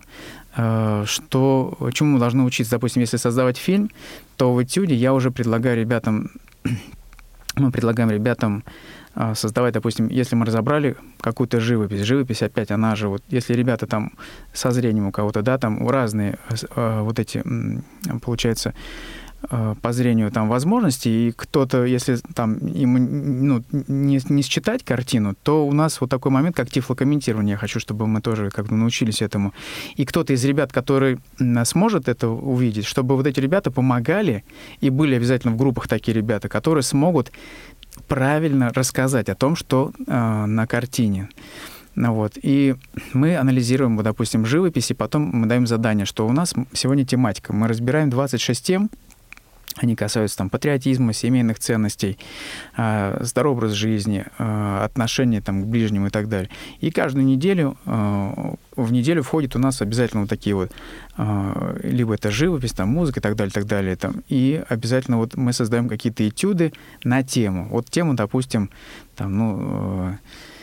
что, чему мы должны учиться. Допустим, если создавать фильм, то в этюде я уже предлагаю ребятам, мы предлагаем ребятам создавать, допустим, если мы разобрали какую-то живопись, живопись опять, она же, вот, если ребята там со зрением у кого-то, да, там разные вот эти, получается, по зрению там возможности, и кто-то, если там ему ну, не, не считать картину, то у нас вот такой момент, как тифлокомментирование. Я хочу, чтобы мы тоже как-то научились этому. И кто-то из ребят, который сможет это увидеть, чтобы вот эти ребята помогали, и были обязательно в группах такие ребята, которые смогут правильно рассказать о том, что э, на картине. Ну, вот. И мы анализируем, вот, допустим, живопись, и потом мы даем задание, что у нас сегодня тематика. Мы разбираем двадцать шесть тем. Они касаются там патриотизма, семейных ценностей, э, здорового образа жизни, э, отношений там, к ближним и так далее. И каждую неделю, э, в неделю входит у нас обязательно вот такие вот, э, либо это живопись, там, музыка и так далее, так далее. Там. И обязательно вот мы создаем какие-то этюды на тему. Вот тему, допустим, там, ну, э,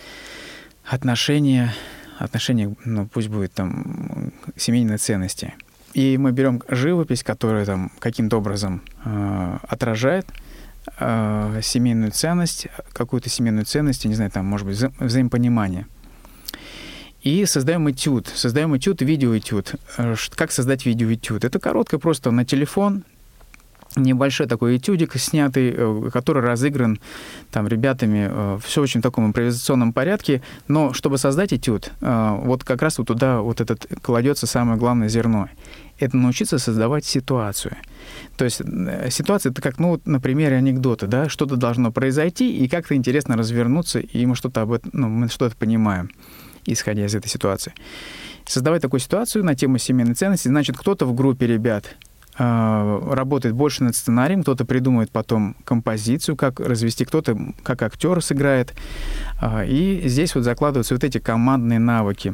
отношения, отношения, ну, пусть будет там семейные ценности. И мы берем живопись, которая там каким-то образом э, отражает э, семейную ценность, какую-то семейную ценность, я не знаю, там, может быть, вза- взаимопонимание. И создаем этюд. Создаем этюд, видеоэтюд. Как создать видеоэтюд? Это короткое просто на телефон, небольшой такой этюдик, снятый, который разыгран там ребятами, все очень в таком импровизационном порядке, но чтобы создать этюд, вот как раз вот туда вот этот кладется самое главное зерно. Это научиться создавать ситуацию. То есть ситуация — это как, ну, вот, на примере анекдота, да, что-то должно произойти, и как-то интересно развернуться, и мы что-то об этом, ну, мы что-то понимаем, исходя из этой ситуации. Создавать такую ситуацию на тему семейной ценности, значит, кто-то в группе ребят работает больше над сценарием, кто-то придумывает потом композицию, как развести, кто-то как актер сыграет. И здесь вот закладываются вот эти командные навыки.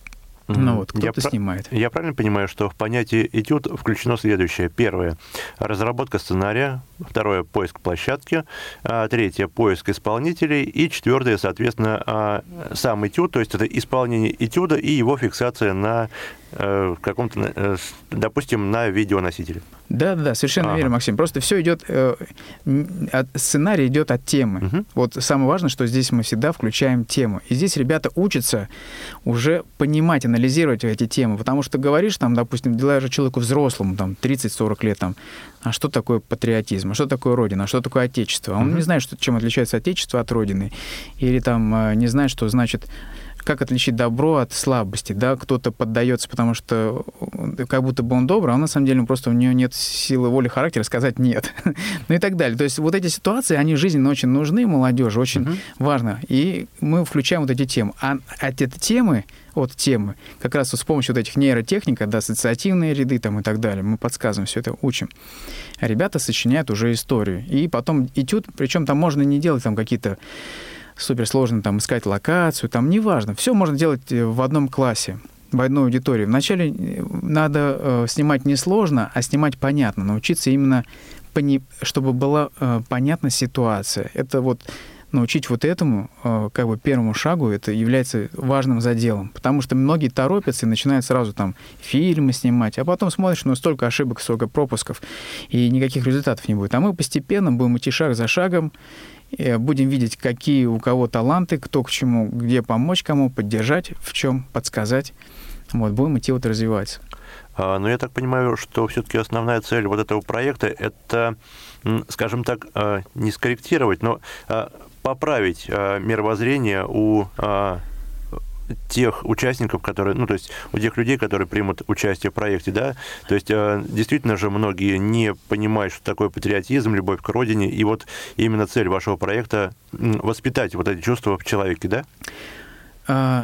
Ну вот, кто-то я снимает. Я правильно понимаю, что в понятие этюд включено следующее. Первое — разработка сценария. Второе — поиск площадки. Третье — поиск исполнителей. И четвертое, соответственно, сам этюд, то есть это исполнение этюда и его фиксация на каком-то, допустим, на видеоносителе. Да, да, да, совершенно ага. верно, Максим. Просто все идет, э, от, сценарий идет от темы. Угу. Вот самое важное, что здесь мы всегда включаем тему. И здесь ребята учатся уже понимать, анализировать эти темы. Потому что говоришь, там, допустим, делаешь человеку взрослому, там, тридцать-сорок лет, там, а что такое патриотизм, а что такое Родина, а что такое Отечество? Он угу. не знает, что, чем отличается Отечество от Родины. Или там не знает, что значит... Как отличить добро от слабости, да? Кто-то поддается, потому что как будто бы он добрый, а на самом деле просто у него нет силы воли, характера сказать «нет». Ну и так далее. То есть вот эти ситуации, они жизненно очень нужны молодежи, очень uh-huh. важно. И мы включаем вот эти темы. А от этой темы, от темы, как раз вот с помощью вот этих нейротехник, да, ассоциативные ряды там и так далее, мы подсказываем, все это учим. А ребята сочиняют уже историю. И потом этюд, причем там можно не делать там какие-то суперсложно там искать локацию, там неважно. Все можно делать в одном классе, в одной аудитории. Вначале надо э, снимать не сложно, а снимать понятно, научиться именно, пони... чтобы была э, понятна ситуация. Это вот научить вот этому, как бы первому шагу, это является важным заделом. Потому что многие торопятся и начинают сразу там фильмы снимать, а потом смотришь, ну, столько ошибок, столько пропусков, и никаких результатов не будет. А мы постепенно будем идти шаг за шагом, будем видеть, какие у кого таланты, кто к чему, где помочь кому, поддержать, в чем подсказать. Вот, будем идти вот развиваться. А, но я так понимаю, что все-таки основная цель вот этого проекта – это, скажем так, не скорректировать, но поправить мировоззрение у тех участников, которые, ну, то есть у тех людей, которые примут участие в проекте, да, то есть действительно же многие не понимают, что такое патриотизм, любовь к родине, и вот именно цель вашего проекта – воспитать вот эти чувства в человеке, да? А,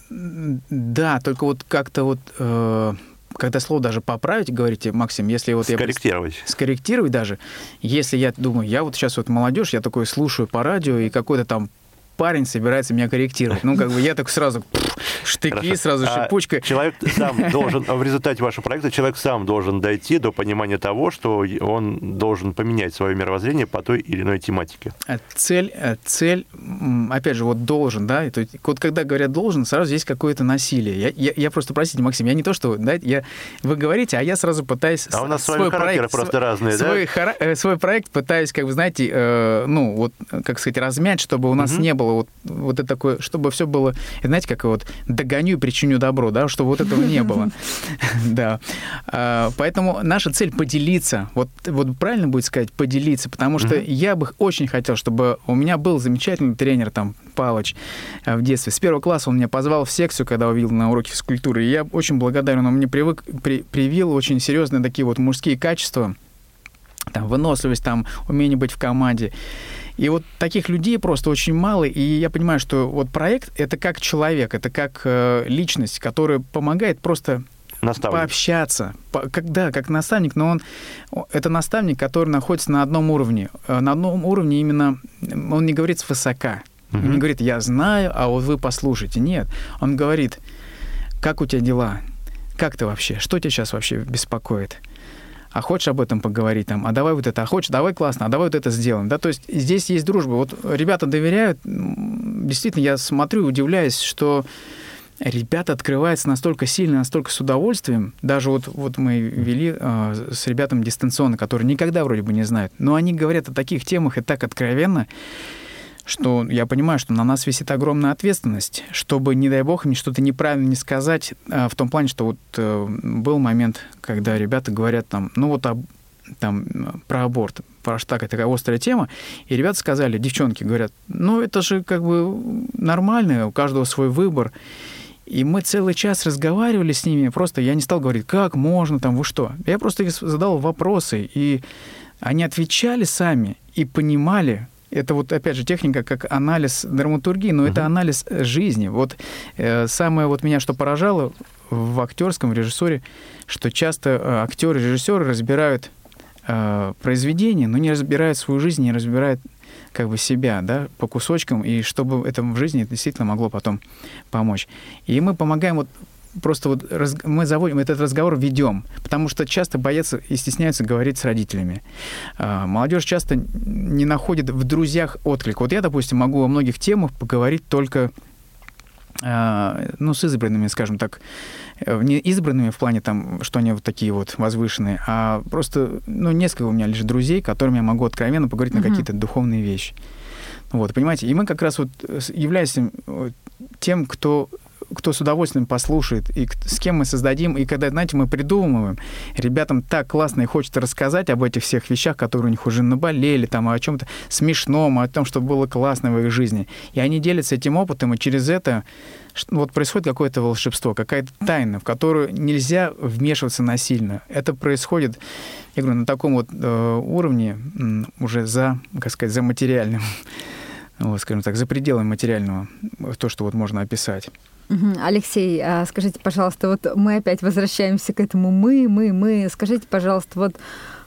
да, только вот как-то вот, э, когда слово даже поправить, говорите, Максим, если вот я... Скорректировать. Скорректировать даже, если я думаю, я вот сейчас вот молодежь, я такой слушаю по радио, и какой-то там парень собирается меня корректировать. Ну, как бы я так сразу пфф, штыки, Хорошо. Сразу шипучка. А человек сам должен, в результате вашего проекта, человек сам должен дойти до понимания того, что он должен поменять свое мировоззрение по той или иной тематике. Цель, цель, опять же, вот должен, да, то есть, вот когда говорят должен, сразу есть какое-то насилие. Я, я, я просто, простите, Максим, я не то, что, да, я, вы говорите, а я сразу пытаюсь... А у нас свой проект, просто свой, разные, свой, да? Хара, свой проект пытаюсь, как вы знаете, э, ну, вот, как сказать, размять, чтобы у нас угу. не было вот, вот это такое, чтобы все было, знаете, как вот догоню и причиню добро, да, чтобы вот этого не было. Да. Поэтому наша цель поделиться. Вот, вот правильно будет сказать поделиться, потому что я бы очень хотел, чтобы у меня был замечательный тренер, там, Палыч, в детстве. С первого класса он меня позвал в секцию, когда увидел на уроке физкультуры. И я очень благодарен, он мне привык, при, привил очень серьезные такие вот мужские качества, там, выносливость, там, умение быть в команде. И вот таких людей просто очень мало, и я понимаю, что вот проект — это как человек, это как э, личность, которая помогает просто наставник. Пообщаться. По, как, да, как наставник, но он это наставник, который находится на одном уровне. На одном уровне именно он не говорит свысока. Uh-huh. Он не говорит «я знаю, а вот вы послушайте». Нет, он говорит «как у тебя дела? Как ты вообще? Что тебя сейчас вообще беспокоит? А хочешь об этом поговорить, там, а давай вот это, а хочешь, давай классно, а давай вот это сделаем. Да? То есть здесь есть дружба. Вот ребята доверяют. Действительно, я смотрю, удивляюсь, что ребята открываются настолько сильно, настолько с удовольствием. Даже вот, вот мы вели э, с ребятами дистанционно, которые никогда вроде бы не знают. Но они говорят о таких темах и так откровенно, что я понимаю, что на нас висит огромная ответственность, чтобы, не дай бог, им что-то неправильно не сказать, в том плане, что вот э, был момент, когда ребята говорят там, ну вот об, там, про аборт, про так, это такая острая тема, и ребята сказали, девчонки говорят, ну это же как бы нормально, у каждого свой выбор. И мы целый час разговаривали с ними, просто я не стал говорить, как можно, там, вы что? Я просто задал вопросы, и они отвечали сами и понимали. Это вот, опять же, техника как анализ драматургии, но uh-huh. это анализ жизни. Вот э, самое вот меня, что поражало в актерском, в режиссуре, что часто э, актеры, режиссеры разбирают э, произведение, но не разбирают свою жизнь, не разбирают как бы себя, да, по кусочкам, и чтобы это в жизни действительно могло потом помочь. И мы помогаем вот просто вот раз, мы заводим этот разговор, ведем, потому что часто боятся и стесняются говорить с родителями. А, молодежь часто не находит в друзьях отклик. Вот я, допустим, могу о многих темах поговорить только а, ну, с избранными, скажем так, не избранными в плане там, что они вот такие вот возвышенные, а просто, ну, несколько у меня лишь друзей, которыми я могу откровенно поговорить mm-hmm. на какие-то духовные вещи. Вот, понимаете? И мы как раз вот являемся тем, кто кто с удовольствием послушает, и с кем мы создадим. И когда, знаете, мы придумываем, ребятам так классно и хочется рассказать об этих всех вещах, которые у них уже наболели, там, о чем-то смешном, о том, что было классно в их жизни. И они делятся этим опытом, и через это вот происходит какое-то волшебство, какая-то тайна, в которую нельзя вмешиваться насильно. Это происходит, я говорю, на таком вот э, уровне, уже за, как сказать, за материальным, вот, скажем так, за пределами материального, то, что вот можно описать. Алексей, скажите, пожалуйста, вот мы опять возвращаемся к этому «мы», «мы», «мы». Скажите, пожалуйста, вот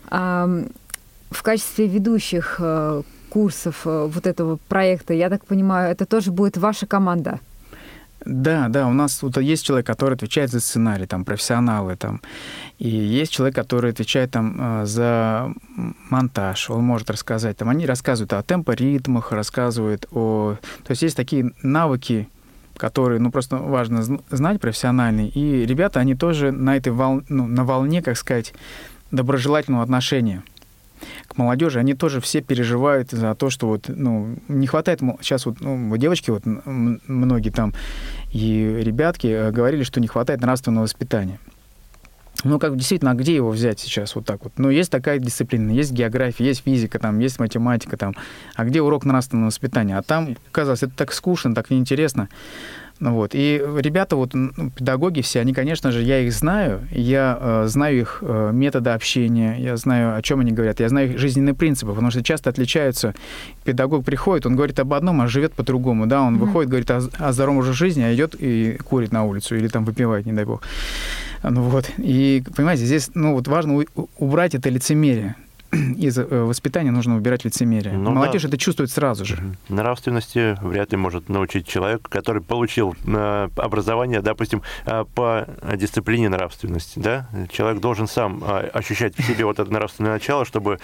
в качестве ведущих курсов вот этого проекта, я так понимаю, это тоже будет ваша команда? Да, да, у нас тут есть человек, который отвечает за сценарий, там, профессионалы, там, и есть человек, который отвечает там за монтаж, он может рассказать, там, они рассказывают о темпоритмах, рассказывают о... То есть есть такие навыки, которые, ну, просто важно знать профессиональные, и ребята, они тоже на этой волне, ну, на волне, как сказать, доброжелательного отношения к молодежи, они тоже все переживают за то, что вот, ну, не хватает сейчас вот, ну, девочки вот многие там и ребятки говорили, что не хватает нравственного воспитания. Ну, как действительно, а где его взять сейчас вот так вот? Ну, есть такая дисциплина, есть география, есть физика, там, есть математика, там, а где урок нравственного воспитания? А там, казалось, это так скучно, так неинтересно. Ну, вот. И ребята, вот, ну, педагоги все, они, конечно же, я их знаю, я э, знаю их э, методы общения, я знаю, о чем они говорят, я знаю их жизненные принципы, потому что часто отличаются. Педагог приходит, он говорит об одном, а живет по-другому, да, он mm-hmm. выходит, говорит о, о здоровом уже жизни, а идет и курит на улицу или там выпивает, не дай бог. Ну вот, и, понимаете, здесь, ну, вот важно убрать это лицемерие. Из воспитания нужно убирать лицемерие. Ну, молодежь да. это чувствует сразу же. Нравственности вряд ли может научить человек, который получил образование, допустим, по дисциплине нравственности. Да? Человек должен сам ощущать в себе вот это нравственное начало, чтобы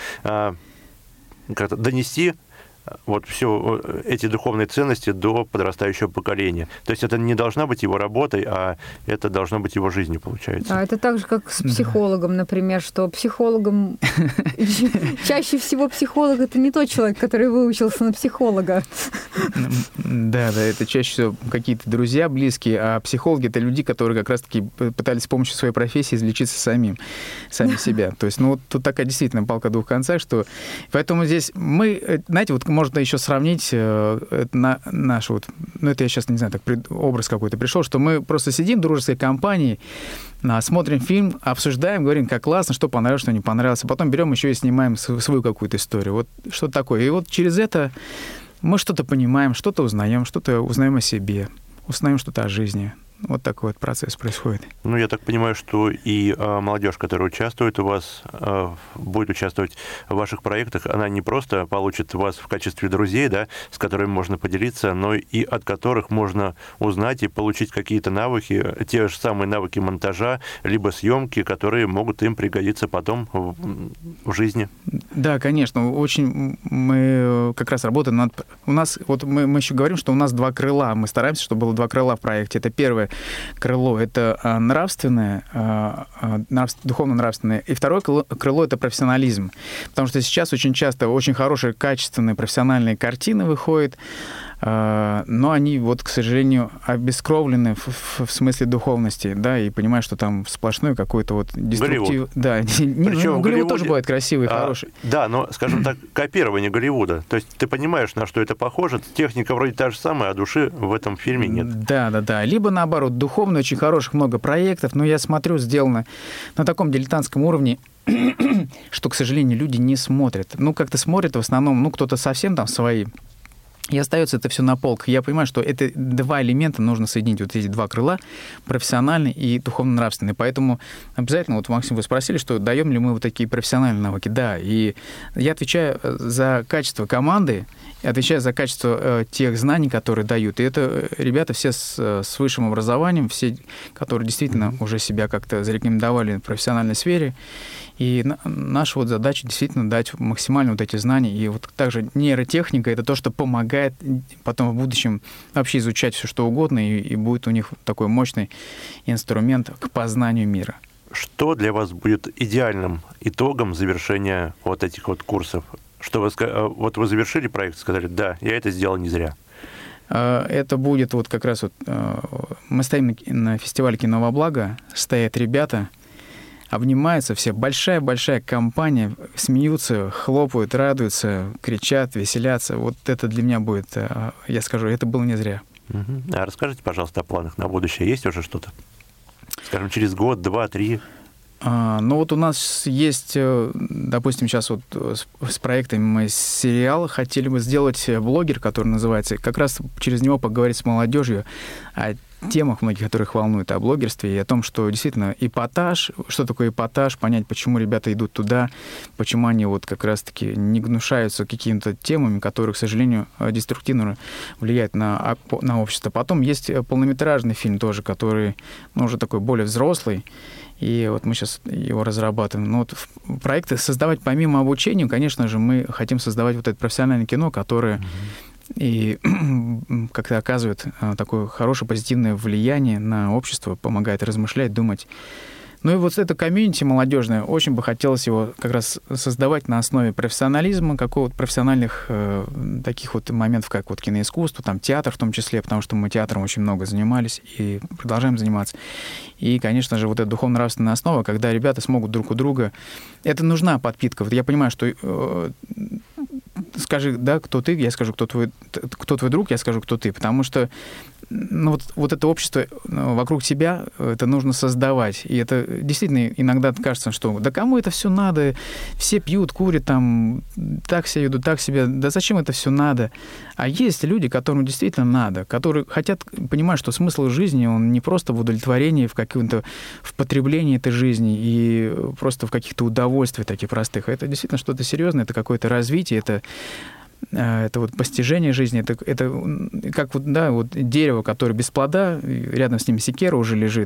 как-то донести вот все эти духовные ценности до подрастающего поколения. То есть это не должна быть его работой, а это должно быть его жизнью, получается. А это так же, как с психологом, например, что психологом... Чаще всего психолог — это не тот человек, который выучился на психолога. Да, да, это чаще всего какие-то друзья близкие, а психологи — это люди, которые как раз-таки пытались с помощью своей профессии излечиться самим, сами себя. То есть, ну, вот тут такая действительно палка о двух концах, что... Поэтому здесь мы, знаете, вот можно еще сравнить э, на, наш вот, ну это я сейчас не знаю, так образ какой-то пришел, что мы просто сидим в дружеской компании, а, смотрим фильм, обсуждаем, говорим, как классно, что понравилось, что не понравилось, а потом берем еще и снимаем свою какую-то историю. Вот что такое. И вот через это мы что-то понимаем, что-то узнаем, что-то узнаем о себе, узнаем что-то о жизни. Вот такой вот процесс происходит. Ну, я так понимаю, что и а, молодежь, которая участвует у вас, а, будет участвовать в ваших проектах, она не просто получит вас в качестве друзей, да, с которыми можно поделиться, но и от которых можно узнать и получить какие-то навыки, те же самые навыки монтажа, либо съемки, которые могут им пригодиться потом в, в жизни. Да, конечно. Очень мы как раз работаем над... У нас, вот мы, мы еще говорим, что у нас два крыла. Мы стараемся, чтобы было два крыла в проекте. Это первое крыло — это нравственное, духовно-нравственное, и второе крыло — это профессионализм. Потому что сейчас очень часто очень хорошие, качественные профессиональные картины выходят, но они, вот, к сожалению, обескровлены в, в смысле духовности, да, и понимаю, что там сплошной какой-то вот деструктив... Да, Причем ну, Голливуд тоже бывает красивый, а, хороший. Да, но, скажем так, копирование Голливуда. То есть ты понимаешь, на что это похоже, техника вроде та же самая, а души в этом фильме нет. Да, да, да. Либо, наоборот, духовно очень хороших много проектов, но я смотрю, сделано на таком дилетантском уровне, что, к сожалению, люди не смотрят. Ну, как-то смотрят в основном, ну, кто-то совсем там свои... И остается это все на полках. Я понимаю, что это два элемента нужно соединить, вот эти два крыла, профессиональный и духовно-нравственный. Поэтому обязательно, вот, Максим, вы спросили, что даем ли мы вот такие профессиональные навыки. Да, и я отвечаю за качество команды, отвечаю за качество э, тех знаний, которые дают. И это ребята все с, с высшим образованием, все, которые действительно уже себя как-то зарекомендовали в профессиональной сфере. И наша вот задача действительно дать максимально вот эти знания. И вот также нейротехника — это то, что помогает потом в будущем вообще изучать все что угодно, и, и будет у них такой мощный инструмент к познанию мира. Что для вас будет идеальным итогом завершения вот этих вот курсов? Что вы, вот вы завершили проект, сказали, да, я это сделал не зря. Это будет вот как раз вот... Мы стоим на фестивале «Кино во благо», стоят ребята, обнимаются все, большая-большая компания, смеются, хлопают, радуются, кричат, веселятся. Вот это для меня будет, я скажу, это было не зря. Uh-huh. А расскажите, пожалуйста, о планах на будущее. Есть уже что-то? Скажем, через год, два, три? А, ну вот у нас есть, допустим, сейчас вот с, с проектами мы сериал хотели бы сделать блогер, который называется, как раз через него поговорить с молодежью о темах, многих, которых волнует о блогерстве, и о том, что действительно эпатаж, что такое эпатаж, понять, почему ребята идут туда, почему они вот как раз-таки не гнушаются какими-то темами, которые, к сожалению, деструктивно влияют на, на общество. Потом есть полнометражный фильм тоже, который, ну, уже такой более взрослый, и вот мы сейчас его разрабатываем. Но вот проекты создавать помимо обучения, конечно же, мы хотим создавать вот это профессиональное кино, которое и как-то оказывает такое хорошее позитивное влияние на общество, помогает размышлять, думать. Ну и вот это комьюнити молодежное, очень бы хотелось его как раз создавать на основе профессионализма, какого-то профессиональных э, таких вот моментов, как вот киноискусство, там театр в том числе, потому что мы театром очень много занимались и продолжаем заниматься. И, конечно же, вот эта духовно-нравственная основа, когда ребята смогут друг у друга... Это нужна подпитка. Вот я понимаю, что... Э, скажи, да, кто ты, я скажу, кто твой, кто твой друг, я скажу, кто ты, потому что ну, вот, вот это общество вокруг тебя, это нужно создавать. И это действительно иногда кажется, что да кому это все надо, все пьют, курят, там, так себя ведут, так себя, да зачем это все надо? А есть люди, которым действительно надо, которые хотят понимать, что смысл жизни, он не просто в удовлетворении, в каком-то, в потреблении этой жизни и просто в каких-то удовольствиях таких простых. Это действительно что-то серьезное, это какое-то развитие, это это вот постижение жизни, это, это как вот, да, вот дерево, которое без плода, рядом с ним секера уже лежит,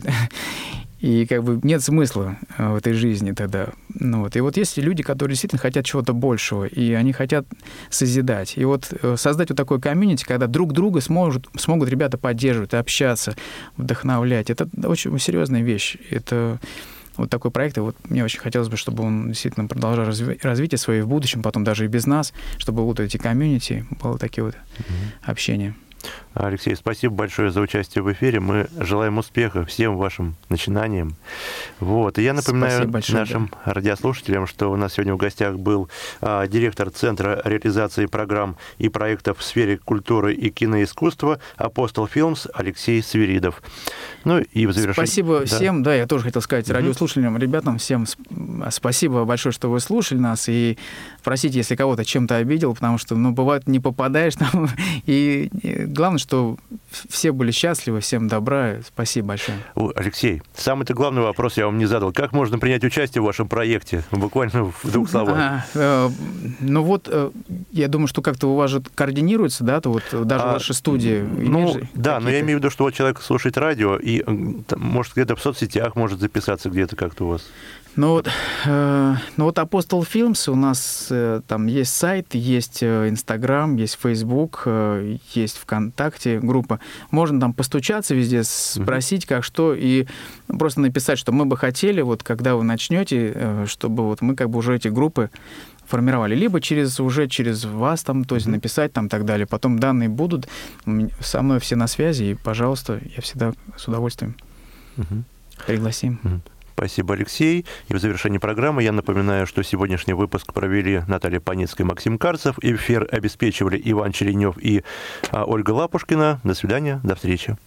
и как бы нет смысла в этой жизни тогда. Ну, вот. И вот есть люди, которые действительно хотят чего-то большего, и они хотят созидать. И вот создать вот такой комьюнити, когда друг друга сможет, смогут ребята поддерживать, общаться, вдохновлять, это очень серьезная вещь. Это вот такой проект, и вот мне очень хотелось бы, чтобы он действительно продолжал разви- развитие свое в будущем, потом даже и без нас, чтобы вот эти комьюнити, было такие вот mm-hmm. общения. Алексей, спасибо большое за участие в эфире. Мы желаем успеха всем вашим начинаниям. Вот. И я напоминаю большое, нашим да. радиослушателям, что у нас сегодня в гостях был а, директор Центра реализации программ и проектов в сфере культуры и киноискусства Apostle Films Алексей Свиридов. Ну и в завершение... Спасибо да. всем. Да, я тоже хотел сказать mm-hmm. радиослушателям, ребятам, всем спасибо большое, что вы слушали нас. И простите, если кого-то чем-то обидел, потому что, ну, бывает, не попадаешь там. И главное, что все были счастливы, всем добра. Спасибо большое. Алексей, самый-то главный вопрос я вам не задал. Как можно принять участие в вашем проекте? Буквально в двух словах. А, э, ну вот, э, я думаю, что как-то у вас же координируется, да, то вот даже а, в вашей студии. Ну, да, но я имею в виду, что вот человек слушает радио, и там, может где-то в соцсетях может записаться где-то как-то у вас. Ну вот, э, ну вот Apostle Films, у нас э, там есть сайт, есть Инстаграм, есть Фейсбук, э, есть ВКонтакте группа. Можно там постучаться везде, спросить, как что, и просто написать, что мы бы хотели, вот когда вы начнете, э, чтобы вот мы как бы уже эти группы формировали. Либо через, уже через вас, там, то есть mm-hmm. написать там и так далее. Потом данные будут, со мной все на связи, и, пожалуйста, я всегда с удовольствием mm-hmm. пригласим. Mm-hmm. Спасибо, Алексей. И в завершении программы я напоминаю, что сегодняшний выпуск провели Наталья Паницкая и Максим Карцев. Эфир обеспечивали Иван Черенев и а, Ольга Лапушкина. До свидания, до встречи.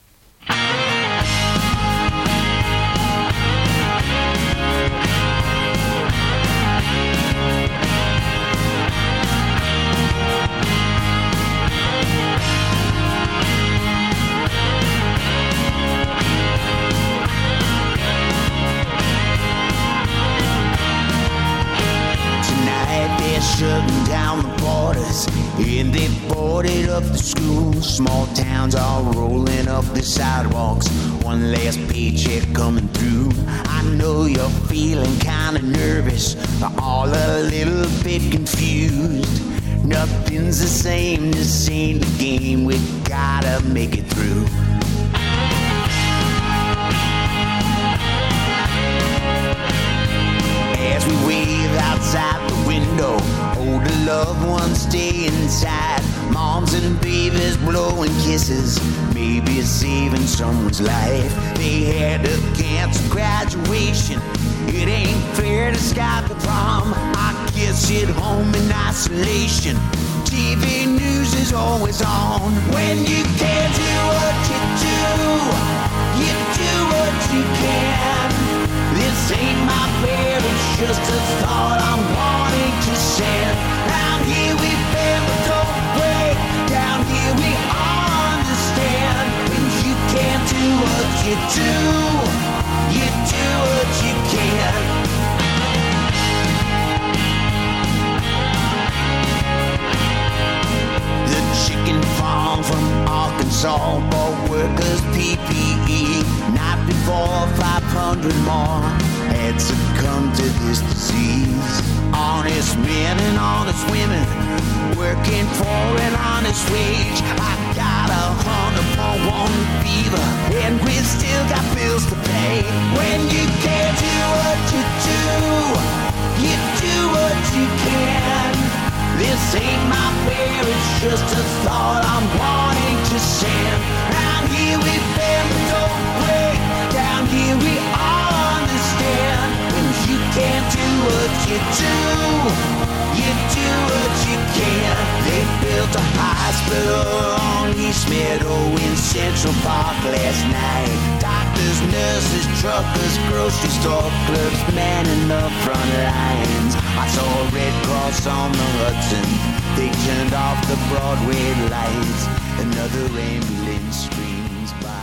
Shutting down the borders, and they boarded up the schools. Small towns all rolling up the sidewalks. One last paycheck coming through. I know you're feeling kinda nervous, all a little bit confused. Nothing's the same, this ain't the game. We gotta make it through. As we wave outside the window, older loved ones stay inside. Moms and babies blowing kisses, maybe saving someone's life. They had to cancel graduation. It ain't fair to skip the prom. I kids at home in isolation. T V news is always on. When you can't do what you do, you do what you can. This ain't my prayer, it's just a thought I'm wanting to send. Down here we bend but don't break. Down here we all understand. When you can't do this disease. Honest men and honest women working for an honest wage. I got a hundred for one fever, and we still got bills to pay. When you can't do what you do, you do what you can. This ain't my fear, it's just a thought I'm wanting to send. Round here we bend but don't break, down here we all understand. When you can't do what you do, you do what you can. They built a hospital on East Meadow in Central Park last night. Doctors, nurses, truckers, grocery store clerks, manning the front lines. I saw a Red Cross on the Hudson. They turned off the Broadway lights. Another ambulance screams by.